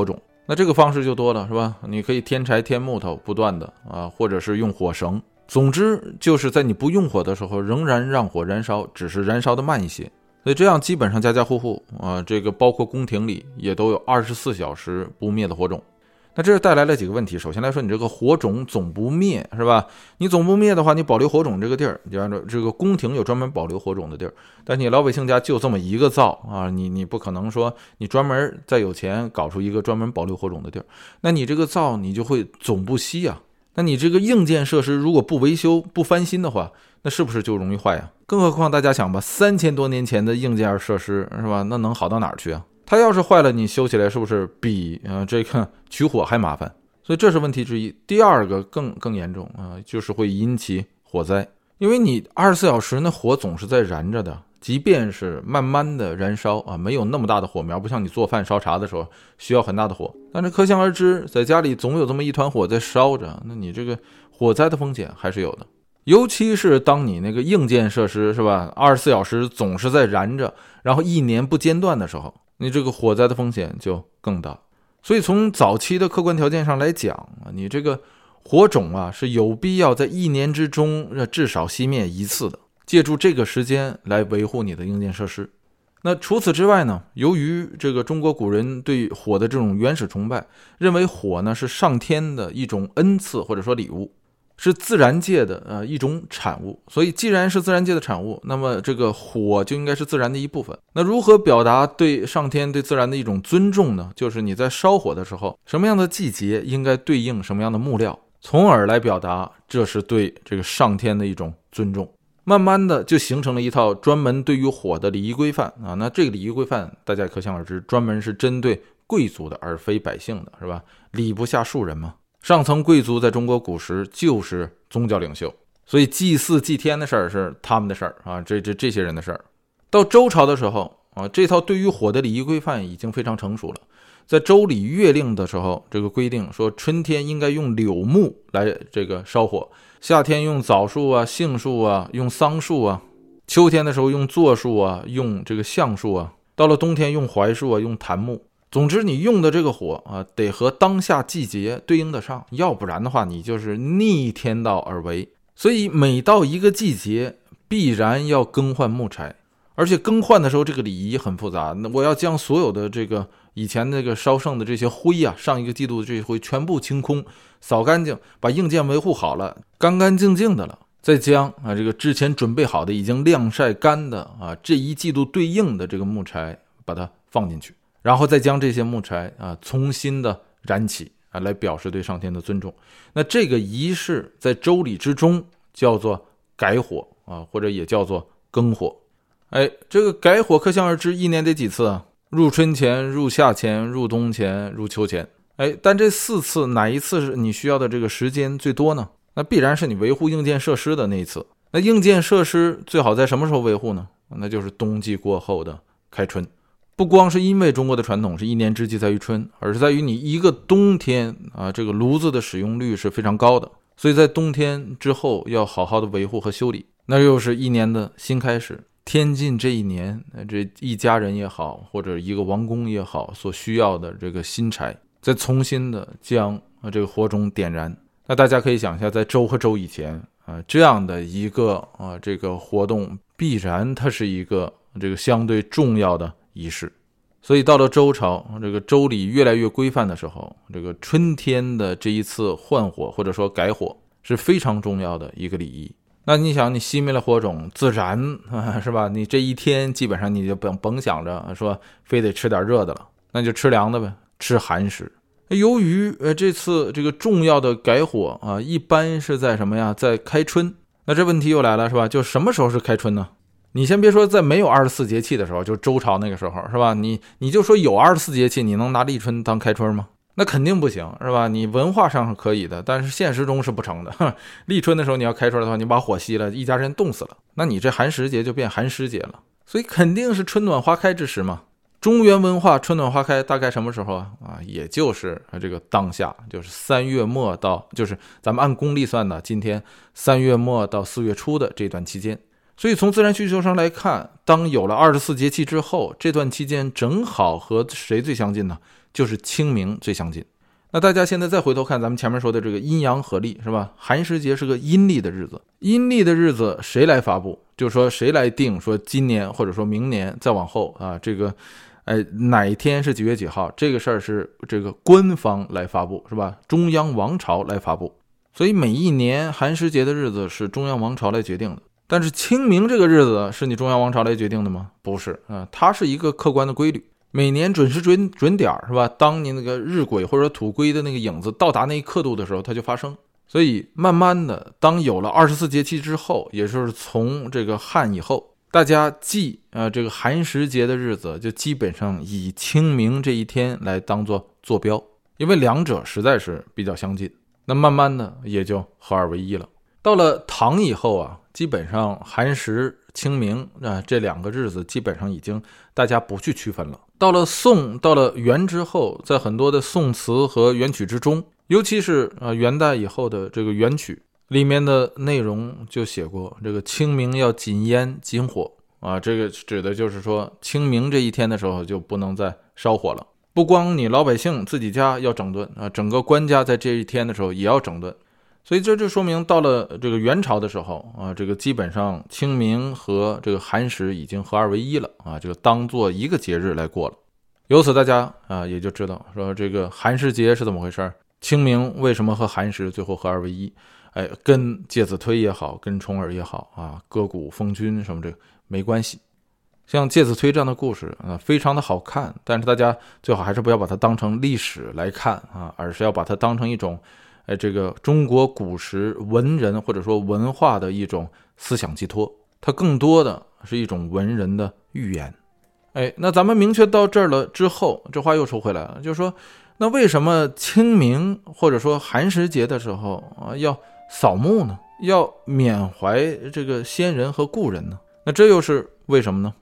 那这个方式就多了，是吧？你可以添柴添木头，不断的或者是用火绳，总之就是在你不用火的时候，仍然让火燃烧，只是燃烧的慢一些。所以这样基本上家家户户这个包括宫廷里也都有24小时不灭的火种。那这带来了几个问题。首先来说，你这个火种总不灭，是吧？你总不灭的话，你保留火种这个地儿，就按照这个宫廷有专门保留火种的地儿，但你老百姓家就这么一个灶你不可能说你专门再有钱搞出一个专门保留火种的地儿，那你这个灶你就会总不熄啊。那你这个硬件设施如果不维修不翻新的话，那是不是就容易坏啊？更何况大家想吧，3000多年前的硬件设施，是吧？那能好到哪儿去啊？它要是坏了，你修起来是不是比这个取火还麻烦？所以这是问题之一。第二个更严重就是会引起火灾，因为你24小时那火总是在燃着的，即便是慢慢的燃烧没有那么大的火苗，不像你做饭烧茶的时候需要很大的火，但是可想而知，在家里总有这么一团火在烧着，那你这个火灾的风险还是有的。尤其是当你那个硬件设施，是吧，24小时总是在燃着，然后1年不间断的时候，你这个火灾的风险就更大。所以从早期的客观条件上来讲你这个火种是有必要在1年之中至少熄灭一次的，借助这个时间来维护你的硬件设施。那除此之外呢，由于这个中国古人对火的这种原始崇拜，认为火呢是上天的一种恩赐或者说礼物，是自然界的一种产物，所以既然是自然界的产物，那么这个火就应该是自然的一部分。那如何表达对上天对自然的一种尊重呢？就是你在烧火的时候，什么样的季节应该对应什么样的木料，从而来表达这是对这个上天的一种尊重。慢慢的就形成了一套专门对于火的礼仪规范那这个礼仪规范大家可想而知，专门是针对贵族的，而非百姓的，是吧？礼不下庶人嘛。上层贵族在中国古时就是宗教领袖，所以祭祀祭天的事儿是他们的事儿这些人的事儿。到周朝的时候这套对于火的礼仪规范已经非常成熟了。在周礼乐令的时候，这个规定说春天应该用柳木来这个烧火，夏天用枣树杏树用桑树秋天的时候用柞树用这个橡树到了冬天用槐树用檀木。总之你用的这个火得和当下季节对应得上，要不然的话你就是逆天道而为。所以每到一个季节必然要更换木柴，而且更换的时候这个礼仪很复杂，那我要将所有的这个以前那个烧剩的这些灰上一个季度的这些灰全部清空扫干净，把硬件维护好了，干干净净的了，再将这个之前准备好的已经晾晒干的这一季度对应的这个木柴把它放进去，然后再将这些木柴重新的燃起来表示对上天的尊重。那这个仪式在周礼之中叫做改火或者也叫做更火。这个改火可想而知1年得几次入春前，入夏前，入冬前，入秋前。但这4次哪一次是你需要的这个时间最多呢？那必然是你维护硬件设施的那一次。那硬件设施最好在什么时候维护呢？那就是冬季过后的开春。不光是因为中国的传统是1年之计在于春，而是在于你一个冬天这个炉子的使用率是非常高的，所以在冬天之后要好好的维护和修理。那又是1年的新开始，添进这一年这一家人也好，或者一个王公也好所需要的这个新柴，再重新的将这个火种点燃。那大家可以想一下，在周和周以前这样的一个这个活动必然它是一个这个相对重要的仪式。所以到了周朝，这个周礼越来越规范的时候，这个春天的这一次换火或者说改火是非常重要的一个礼仪。那你想，你熄灭了火种，自然是吧？你这一天基本上你就甭想着说非得吃点热的了，那就吃凉的呗，吃寒食。由于这次这个重要的改火一般是在什么呀？在开春。那这问题又来了，是吧？就什么时候是开春呢？你先别说在没有24节气的时候，就周朝那个时候，是吧？你就说有24节气，你能拿立春当开春吗？那肯定不行，是吧？你文化上是可以的，但是现实中是不成的。立春的时候你要开春的话，你把火熄了，一家人冻死了，那你这寒食节就变寒湿节了。所以肯定是春暖花开之时嘛。中原文化春暖花开大概什么时候也就是这个当下，就是3月末到，就是咱们按公历算的，今天3月末到4月初的这段期间。所以从自然需求上来看，当有了24节气之后，这段期间正好和谁最相近呢？ 就是清明最相近。那大家现在再回头看咱们前面说的这个阴阳合历，是吧？寒食节是个阴历的日子，阴历的日子谁来发布？就是说谁来定说今年或者说明年再往后啊，这个哪一天是几月几号，这个事儿是这个官方来发布，是吧？中央王朝来发布。所以每一年寒食节的日子是中央王朝来决定的。但是清明这个日子是你中央王朝来决定的吗？不是啊，它是一个客观的规律。每年准时准点，是吧？当你那个日晷或者土龟的那个影子到达那一刻度的时候，它就发生。所以慢慢的，当有了24节气之后，也就是从这个汉以后，大家记这个寒食节的日子就基本上以清明这一天来当做坐标，因为两者实在是比较相近。那慢慢的也就合二为一了。到了唐以后啊，基本上寒食清明这两个日子基本上已经大家不去区分了。到了宋，到了元之后，在很多的宋词和元曲之中，尤其是元代以后的这个元曲里面的内容就写过这个清明要禁烟禁火啊，这个指的就是说清明这一天的时候就不能再烧火了。不光你老百姓自己家要整顿啊，整个官家在这一天的时候也要整顿。所以这就说明到了这个元朝的时候啊，这个基本上清明和这个寒食已经合二为一了啊，这个当做一个节日来过了。由此大家也就知道说这个寒食节是怎么回事，清明为什么和寒食最后合二为一，跟介子推也好，跟重耳也好啊，割谷封君什么这个没关系。像介子推这样的故事非常的好看，但是大家最好还是不要把它当成历史来看啊，而是要把它当成一种这个中国古时文人或者说文化的一种思想寄托，它更多的是一种文人的寓言。那咱们明确到这儿了之后，这话又说回来了，就是说那为什么清明或者说寒食节的时候要扫墓呢？要缅怀这个先人和故人呢？那这又是为什么呢？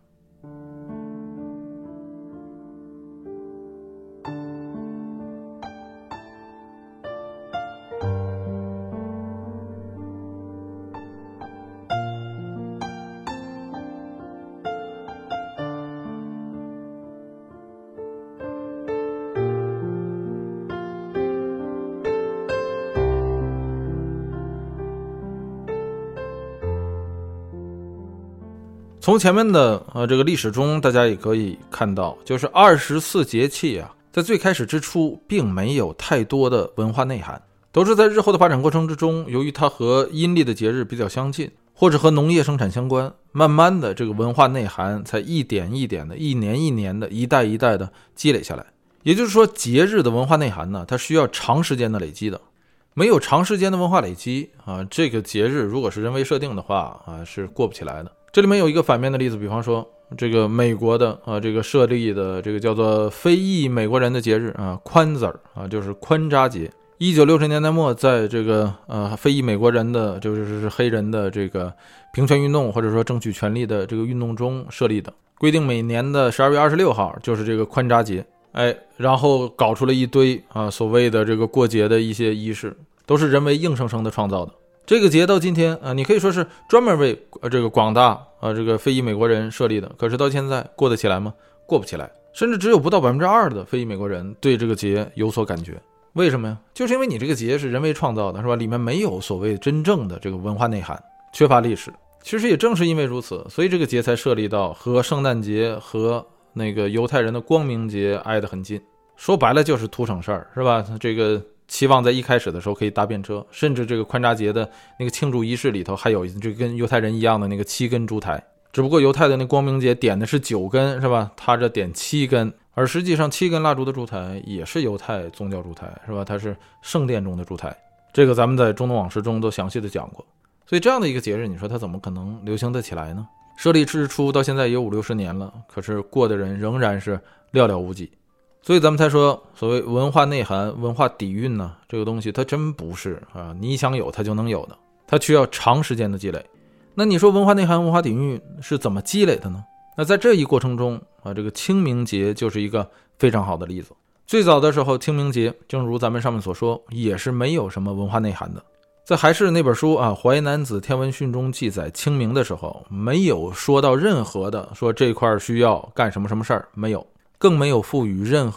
从前面的这个历史中，大家也可以看到，就是24节气啊，在最开始之初并没有太多的文化内涵，都是在日后的发展过程之中，由于它和阴历的节日比较相近，或者和农业生产相关，慢慢的这个文化内涵才一点一点的，一年一年的，一代一代的积累下来。也就是说，节日的文化内涵呢，它需要长时间的累积的。没有长时间的文化累积这个节日如果是人为设定的话是过不起来的。这里面有一个反面的例子，比方说这个美国的这个设立的这个叫做非裔美国人的节日宽子就是宽扎节。1960年代末，在这个非裔美国人的就是黑人的这个平权运动或者说争取权利的这个运动中设立的，规定每年的12月26号就是这个宽扎节。然后搞出了一堆所谓的这个过节的一些仪式，都是人为硬生生的创造的。这个节到今天你可以说是专门为这个广大这个非裔美国人设立的，可是到现在过得起来吗？过不起来，甚至只有不到 2% 的非裔美国人对这个节有所感觉。为什么呀？就是因为你这个节是人为创造的，是吧？里面没有所谓真正的这个文化内涵，缺乏历史。其实也正是因为如此，所以这个节才设立到和圣诞节和那个犹太人的光明节挨得很近。说白了就是图省事儿，是吧？这个期望在一开始的时候可以搭便车，甚至这个宽扎节的那个庆祝仪式里头还有这跟犹太人一样的那个7根烛台，只不过犹太的那光明节点的是9根，是吧？他这点7根，而实际上7根蜡烛的烛台也是犹太宗教烛台，是吧？它是圣殿中的烛台，这个咱们在中东往事中都详细的讲过。所以这样的一个节日，你说它怎么可能流行得起来呢？设立之初到现在也有50-60年了，可是过的人仍然是寥寥无几。所以咱们才说所谓文化内涵、文化底蕴呢，这个东西它真不是你想有它就能有的，它需要长时间的积累。那你说文化内涵、文化底蕴是怎么积累的呢？那在这一过程中这个清明节就是一个非常好的例子。最早的时候，清明节正如咱们上面所说，也是没有什么文化内涵的。在还是那本书《淮南子·天文训》中记载清明的时候，没有说到任何的说这块需要干什么什么事儿，没有，更没有赋予任何的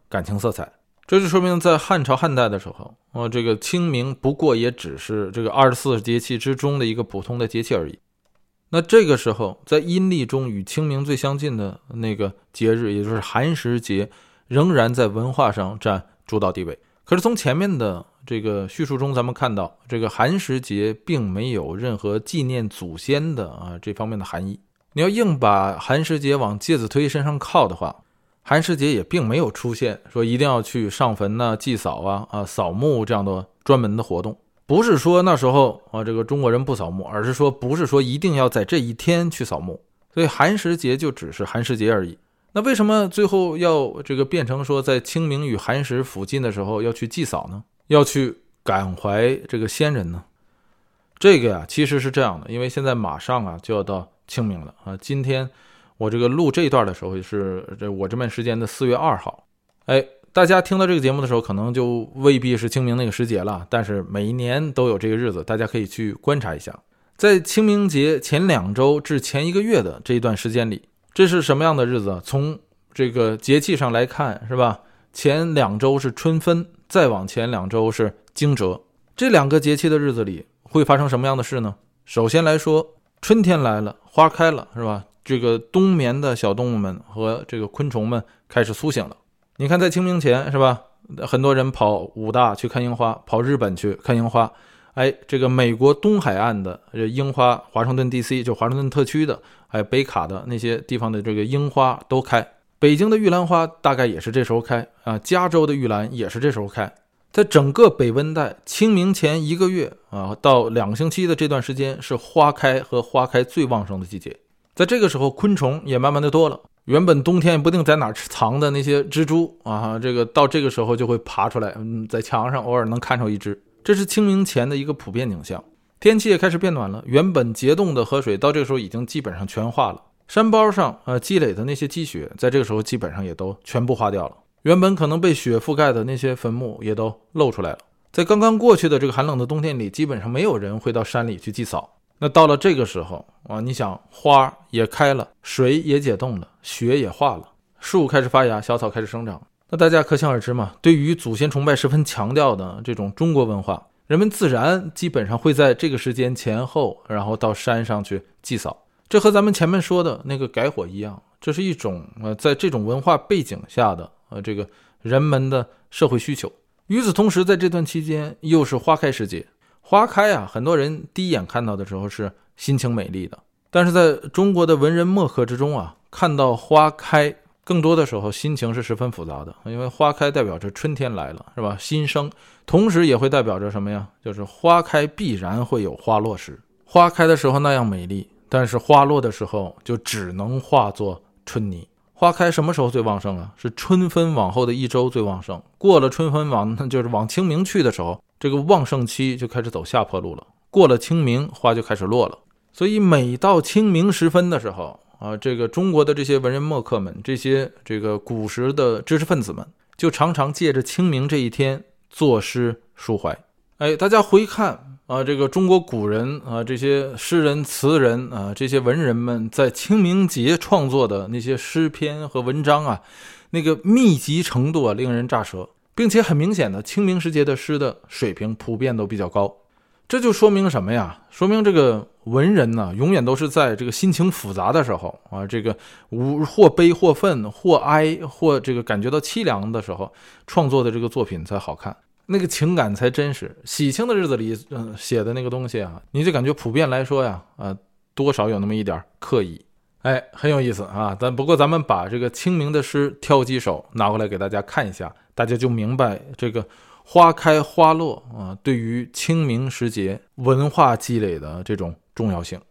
感情色彩。这就说明在汉朝汉代的时候，这个清明不过也只是这个24节气之中的一个普通的节气而已。那这个时候在阴历中与清明最相近的那个节日，也就是寒食节，仍然在文化上占主导地位。可是从前面的这个叙述中咱们看到，这个寒食节并没有任何纪念祖先的这方面的含义。你要硬把寒食节往介子推身上靠的话，寒食节也并没有出现说一定要去上坟祭扫扫墓这样的专门的活动。不是说那时候这个中国人不扫墓，而是说不是说一定要在这一天去扫墓，所以寒食节就只是寒食节而已。那为什么最后要这个变成说在清明与寒食附近的时候要去祭扫呢？要去感怀这个先人呢？这个其实是这样的，因为现在马上就要到清明了今天我这个录这一段的时候是我这边时间的4月2号。大家听到这个节目的时候可能就未必是清明那个时节了，但是每一年都有这个日子，大家可以去观察一下。在清明节前2周至前1个月的这一段时间里，这是什么样的日子？从这个节气上来看，是吧？前2周是春分，再往前2周是惊蛰。这2个节气的日子里会发生什么样的事呢？首先来说，春天来了，花开了，是吧？这个冬眠的小动物们和这个昆虫们开始苏醒了。你看在清明前，是吧？很多人跑武大去看樱花，跑日本去看樱花。这个美国东海岸的樱花，华盛顿 DC 就华盛顿特区的，还有北卡的那些地方的这个樱花都开。北京的玉兰花大概也是这时候开加州的玉兰也是这时候开。在整个北温带，清明前1个月到2星期的这段时间是花开和花开最旺盛的季节。在这个时候，昆虫也慢慢的多了。原本冬天也不定在哪藏的那些蜘蛛这个到这个时候就会爬出来，在墙上偶尔能看出一只。这是清明前的一个普遍景象。天气也开始变暖了，原本结冻的河水到这个时候已经基本上全化了。山包上积累的那些积雪，在这个时候基本上也都全部化掉了。原本可能被雪覆盖的那些坟墓也都露出来了。在刚刚过去的这个寒冷的冬天里，基本上没有人会到山里去祭扫。那到了这个时候你想花也开了，水也解冻了，雪也化了，树开始发芽，小草开始生长。那大家可想而知嘛，对于祖先崇拜十分强调的这种中国文化，人们自然基本上会在这个时间前后，然后到山上去祭扫。这和咱们前面说的那个改火一样，这是一种在这种文化背景下的这个人们的社会需求。与此同时，在这段期间又是花开时节。花开很多人第一眼看到的时候是心情美丽的，但是在中国的文人墨客之中看到花开更多的时候心情是十分复杂的。因为花开代表着春天来了，是吧？新生，同时也会代表着什么呀？就是花开必然会有花落时。花开的时候那样美丽，但是花落的时候就只能化作春泥。花开什么时候最旺盛是春分往后的1周最旺盛。过了春分就是往清明去的时候，这个旺盛期就开始走下坡路了。过了清明，花就开始落了。所以每到清明时分的时候这个中国的这些文人墨客们，这些这个古时的知识分子们，就常常借着清明这一天作诗抒怀。大家回看这个中国古人这些诗人词人这些文人们在清明节创作的那些诗篇和文章那个密集程度令人咋舌，并且很明显的清明时节的诗的水平普遍都比较高。这就说明什么呀？说明这个文人永远都是在这个心情复杂的时候这个或悲或愤或哀或这个感觉到凄凉的时候创作的这个作品才好看，那个情感才真实。喜庆的日子里写的那个东西你就感觉普遍来说多少有那么一点刻意。很有意思不过咱们把这个清明的诗挑几首拿过来给大家看一下，大家就明白这个花开花落对于清明时节文化积累的这种重要性。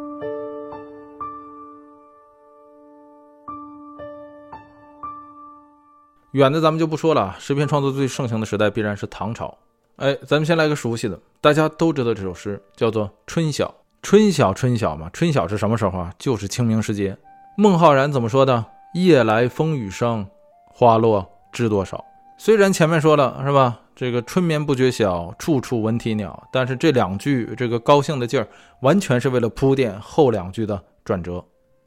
远的咱们就不说了，诗篇创作最盛行的时代必然是唐朝。咱们先来个熟悉的，大家都知道这首诗叫做《春晓》。春晓嘛，春晓是什么时候就是清明时节。孟浩然怎么说的？夜来风雨声，花落知多少。虽然前面说了是吧，这个春眠不觉晓，处处闻啼鸟，但是这2句这个高兴的劲儿完全是为了铺垫后2句的转折。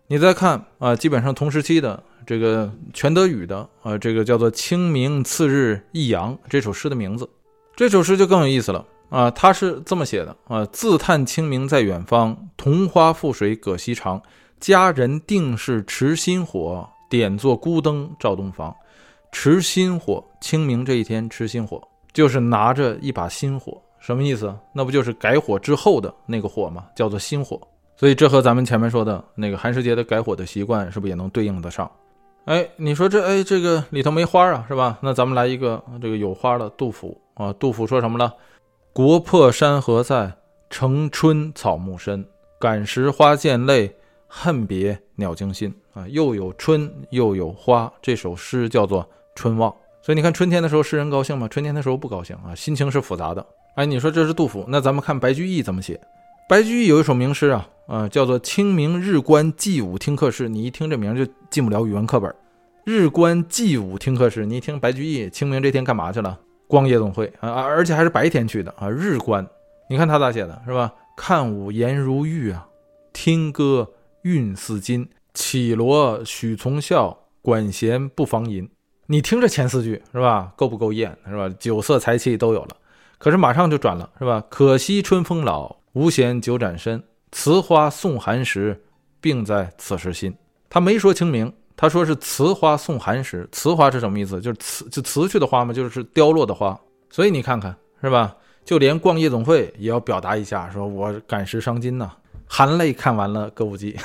你再看基本上同时期的这个全德语的这个叫做清明次日一阳这首诗的名字，这首诗就更有意思了它是这么写的自叹清明在远方，桐花覆水葛溪长，佳人定是持新火，点作孤灯照东房。持新火，清明这一天持新火，就是拿着一把新火，什么意思？那不就是改火之后的那个火吗？叫做新火。所以这和咱们前面说的那个寒食节的改火的习惯是不是也能对应得上？你说这个里头没花是吧？那咱们来一个这个有花的杜甫杜甫说什么了？国破山河在，城春草木深。感时花溅泪，恨别鸟惊心又有春又有花，这首诗叫做春望。所以你看春天的时候诗人高兴吗？春天的时候不高兴心情是复杂的。你说这是杜甫，那咱们看白居易怎么写。白居易有一首名诗叫做清明日观祭舞听客诗，你一听这名就进不了语文课本。日观祭舞听客诗，你一听白居易清明这天干嘛去了？逛夜总会而且还是白天去的日观。你看他咋写的是吧？看舞颜如玉听歌韵似金，绮罗许从笑，管弦不妨吟。你听这前4句是吧？够不够艳是吧？酒色财气都有了。可是马上就转了是吧？可惜春风老，无闲酒盏深，雌花送寒食，并在此时新。他没说清明，他说是雌花送寒食。雌花是什么意思？就是辞去的花嘛，就是凋落的花。所以你看看是吧？就连逛夜总会也要表达一下，说我感时伤今含泪看完了歌舞伎。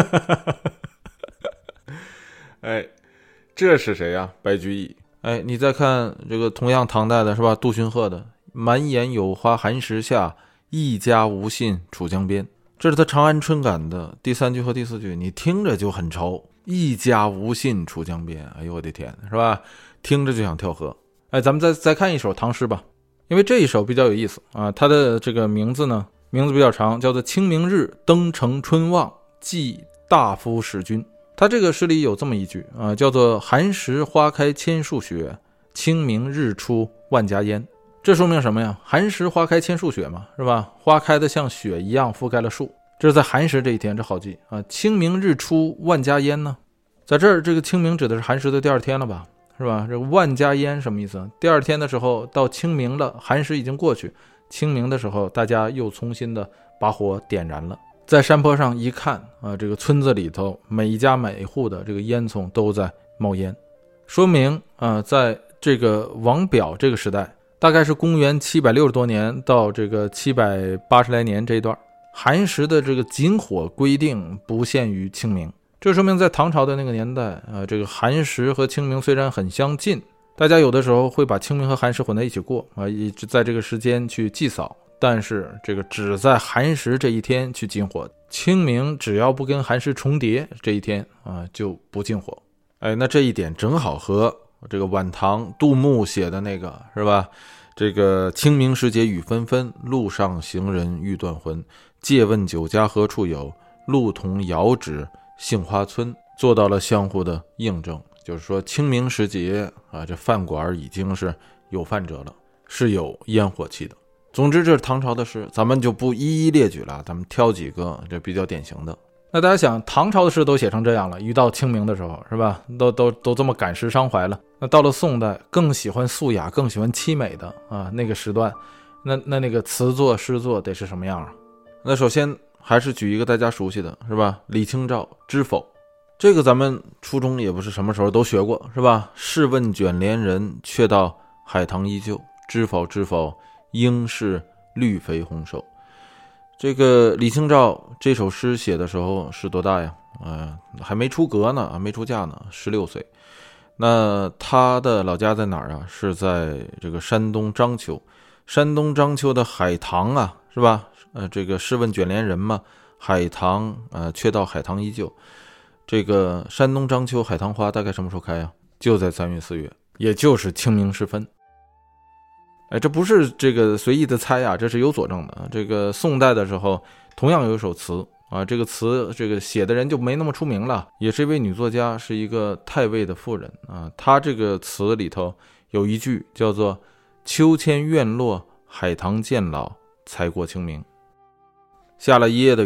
这是谁呀？白居易。你再看这个同样唐代的是吧？杜荀鹤的满眼有花寒食下，一家无信楚江边。这是他长安春感的第3句和第4句，你听着就很愁。一家无信楚江边，哎呦我的天是吧？听着就想跳河。咱们再看一首唐诗吧，因为这一首比较有意思它的这个名字比较长，叫做清明日登城春望，寄大夫使君。他这个诗里有这么一句叫做寒食花开千树雪，清明日出万家烟。这说明什么呀？寒食花开千树雪嘛，是吧？花开的像雪一样覆盖了树，这是在寒食这一天，这好记清明日出万家烟呢，在这儿这个清明指的是寒食的第2天了吧，是吧？这万家烟什么意思？第2天的时候到清明了，寒食已经过去，清明的时候大家又重新的把火点燃了。在山坡上一看这个村子里头每一家每户的这个烟囱都在冒烟，说明在这个王表这个时代，大概是公元760多年到这个780来年这一段，寒食的这个禁火规定不限于清明。这说明在唐朝的那个年代这个寒食和清明虽然很相近，大家有的时候会把清明和寒食混在一起过一直在这个时间去祭扫，但是这个只在寒食这一天去禁火，清明只要不跟寒食重叠这一天就不禁火。那这一点正好和这个晚唐杜牧写的那个是吧？这个清明时节雨纷纷，路上行人欲断魂。借问酒家何处有？路同遥指杏花村。做到了相互的印证，就是说清明时节这饭馆已经是有饭者了，是有烟火气的。总之这是唐朝的诗，咱们就不一一列举了，咱们挑几个这比较典型的。那大家想，唐朝的诗都写成这样了，一到清明的时候是吧，都这么感时伤怀了。那到了宋代，更喜欢素雅，更喜欢凄美的那个时段，那个词作诗作得是什么样那首先还是举一个大家熟悉的是吧？李清照知否。这个咱们初中也不是什么时候都学过是吧？试问卷帘人，却道海棠依旧。知否知否，应是绿肥红瘦。这个李清照这首诗写的时候是多大呀？还没出阁呢，没出嫁呢，16岁。那他的老家在哪儿是在这个山东章丘。山东章丘的海棠是吧？这个试问卷帘人嘛，海棠却道海棠依旧。这个山东章丘海棠花大概什么时候开就在3月4月，也就是清明时分。这不是这个随意的猜这是有佐证的。这个宋代的时候同样有一首词这个词这个写的人就没那么出名了，也是一位女作家，是一个太尉的妇人她这个词里头有一句叫做秋千院落海棠渐老才过清明。下了一夜的雨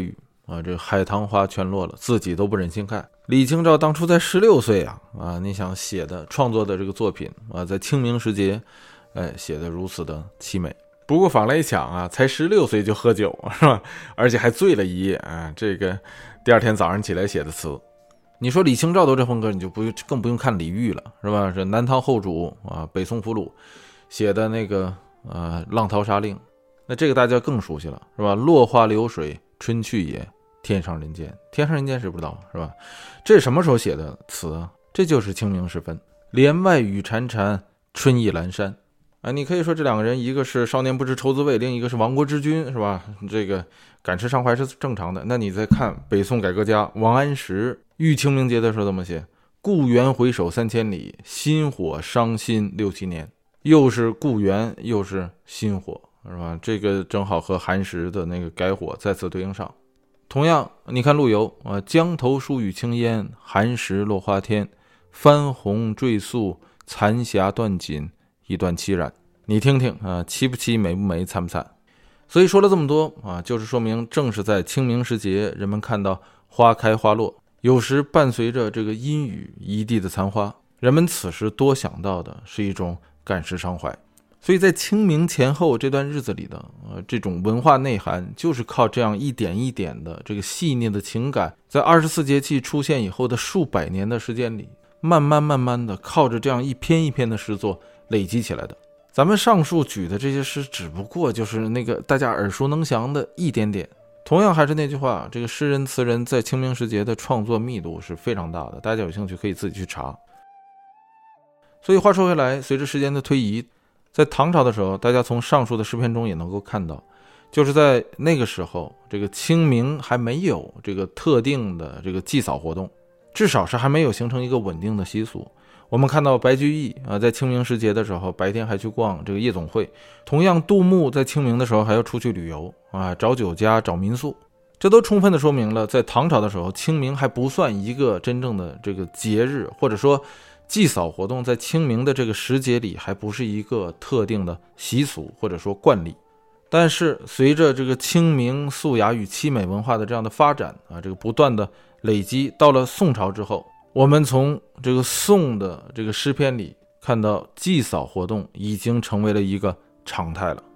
啊，这个海棠花全落了，自己都不忍心看。李清照当初才16岁啊，你想写的创作的这个作品啊，在清明时节，写的如此的凄美。不过反来想啊，才16岁就喝酒是吧？而且还醉了一夜啊，这个第二天早上起来写的词。你说李清照都这风格，你就更不用看李煜了是吧？这南唐后主啊，北宋俘虏写的那个浪淘沙令，那这个大家更熟悉了是吧？落花流水春去也，天上人间。天上人间谁不知道是吧？这是什么时候写的词啊？这就是清明时分，帘外雨潺潺，春意阑珊。你可以说这两个人，一个是少年不知愁滋味，另一个是亡国之君是吧？这个感时伤怀是正常的。那你再看北宋改革家王安石遇清明节的时候怎么写？故园回首3000里，心火伤心6、7年。又是故园又是心火是吧？这个正好和寒食的那个改火再次对应上。同样你看陆游江头疏雨轻烟，寒食落花天，翻红坠素，残霞断锦，一段凄然。你听听凄不凄，美不美，惨不惨。所以说了这么多就是说明正是在清明时节，人们看到花开花落，有时伴随着这个阴雨一地的残花，人们此时多想到的是一种感时伤怀。所以在清明前后这段日子里的这种文化内涵，就是靠这样一点一点的这个细腻的情感，在24节气出现以后的数百年的时间里，慢慢的靠着这样一篇一篇的诗作累积起来的。咱们上述举的这些诗只不过就是那个大家耳熟能详的一点点。同样还是那句话，这个诗人词人在清明时节的创作密度是非常大的，大家有兴趣可以自己去查。所以话说回来，随着时间的推移，在唐朝的时候，大家从上述的诗篇中也能够看到，就是在那个时候，这个清明还没有这个特定的这个祭扫活动，至少是还没有形成一个稳定的习俗。我们看到白居易在清明时节的时候，白天还去逛这个夜总会。同样，杜牧在清明的时候还要出去旅游找酒家、找民宿。这都充分的说明了，在唐朝的时候，清明还不算一个真正的这个节日，或者说祭扫活动在清明的这个时节里还不是一个特定的习俗或者说惯例。但是随着这个清明、素雅与凄美文化的这样的发展这个不断的累积，到了宋朝之后，我们从这个宋的这个诗篇里看到祭扫活动已经成为了一个常态了。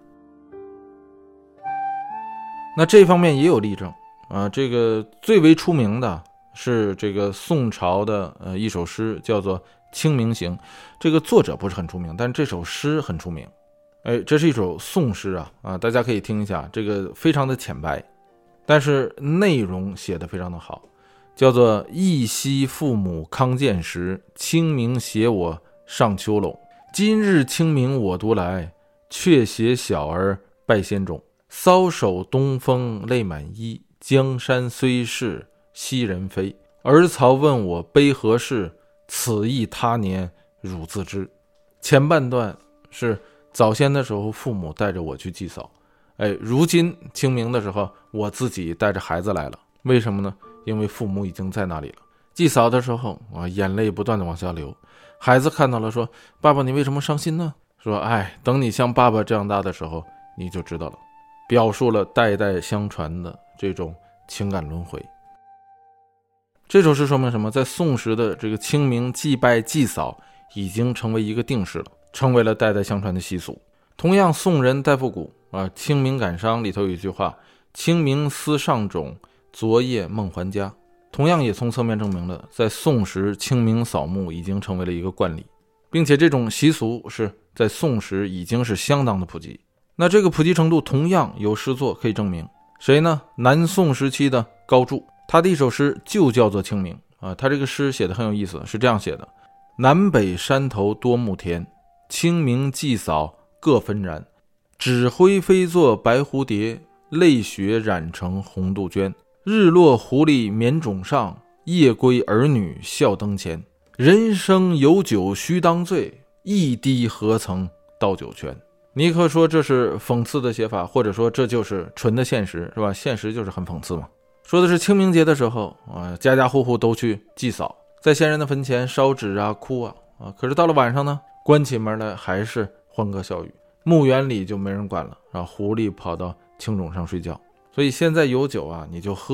那这方面也有例证这个最为出名的是这个宋朝的一首诗，叫做《清明行》。这个作者不是很出名，但这首诗很出名。这是一首宋诗大家可以听一下，这个非常的浅白，但是内容写得非常的好。叫做忆昔父母康健时，清明携我上秋垄。今日清明我独来，却携小儿拜先冢。搔首东风泪满衣，江山虽逝昔人非。儿曹问我悲何事，此意他年汝自知。前半段是早先的时候父母带着我去祭扫，如今清明的时候我自己带着孩子来了。为什么呢？因为父母已经在那里了。祭扫的时候眼泪不断的往下流。孩子看到了说，爸爸你为什么伤心呢？说等你像爸爸这样大的时候你就知道了。表述了代代相传的这种情感轮回。这首诗说明什么？在宋时的这个清明祭拜祭扫已经成为一个定式了，成为了代代相传的习俗。同样，宋人戴复古清明感伤里头有一句话，清明思上冢，昨夜梦还家。同样也从侧面证明了，在宋时清明扫墓已经成为了一个惯例，并且这种习俗是在宋时已经是相当的普及。那这个普及程度同样有诗作可以证明。谁呢？南宋时期的高注，他的一首诗就叫做清明他这个诗写的很有意思，是这样写的：南北山头多木田，清明祭扫各纷然。纸灰飞作白蝴蝶，泪雪染成红杜鹃。日落狐狸眠冢上，夜归儿女笑灯前。人生有酒须当醉，一滴何曾倒酒泉。你可说这是讽刺的写法，或者说这就是纯的现实，是吧？现实就是很讽刺嘛。说的是清明节的时候家家户户都去祭扫，在先人的坟前烧纸哭可是到了晚上呢，关起门来还是欢歌笑语，墓园里就没人管了，然后狐狸跑到青冢上睡觉。所以现在有酒你就喝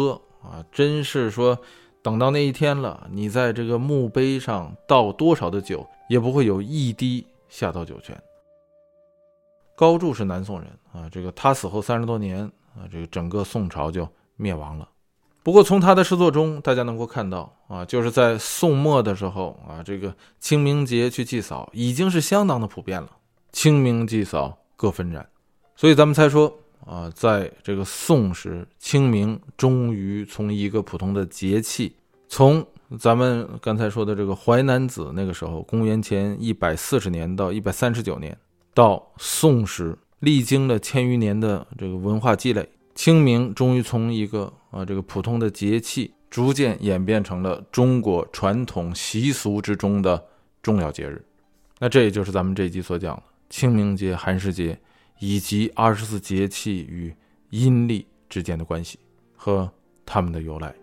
啊，真是说等到那一天了，你在这个墓碑上倒多少的酒，也不会有一滴下到酒泉。高柱是南宋人啊，这个他死后30多年啊，这个整个宋朝就灭亡了。不过从他的诗作中，大家能够看到啊，就是在宋末的时候啊，这个清明节去祭扫已经是相当的普遍了。清明祭扫各纷然，所以咱们才说啊，在这个宋时，清明终于从一个普通的节气，从咱们刚才说的这个淮南子那个时候，公元前140年到139年，到宋时历经了1000余年的这个文化积累，清明终于从一个这个普通的节气，逐渐演变成了中国传统习俗之中的重要节日。那这也就是咱们这一集所讲的清明节、寒食节以及24节气与阴历之间的关系和它们的由来。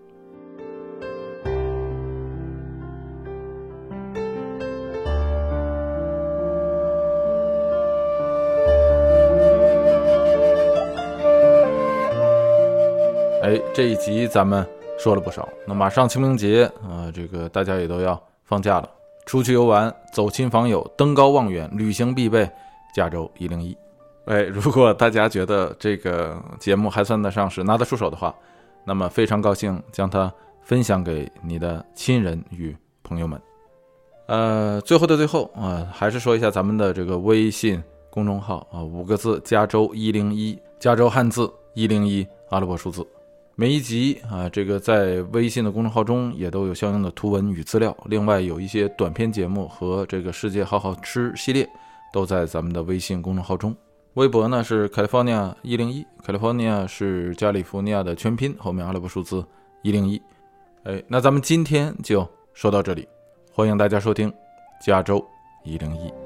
这一集咱们说了不少，那马上清明节这个大家也都要放假了，出去游玩、走亲访友、登高望远，旅行必备加州101。如果大家觉得这个节目还算得上是拿得出手的话，那么非常高兴将它分享给你的亲人与朋友们。最后的最后还是说一下咱们的这个微信公众号5个字加州101，加州汉字101阿拉伯数字。每一集这个在微信的公众号中也都有相应的图文与资料，另外有一些短篇节目和这个世界好好吃系列都在咱们的微信公众号中。微博呢是 California 101， California 是加利福尼亚的全拼，后面阿拉伯数字101。那咱们今天就说到这里，欢迎大家收听加州101。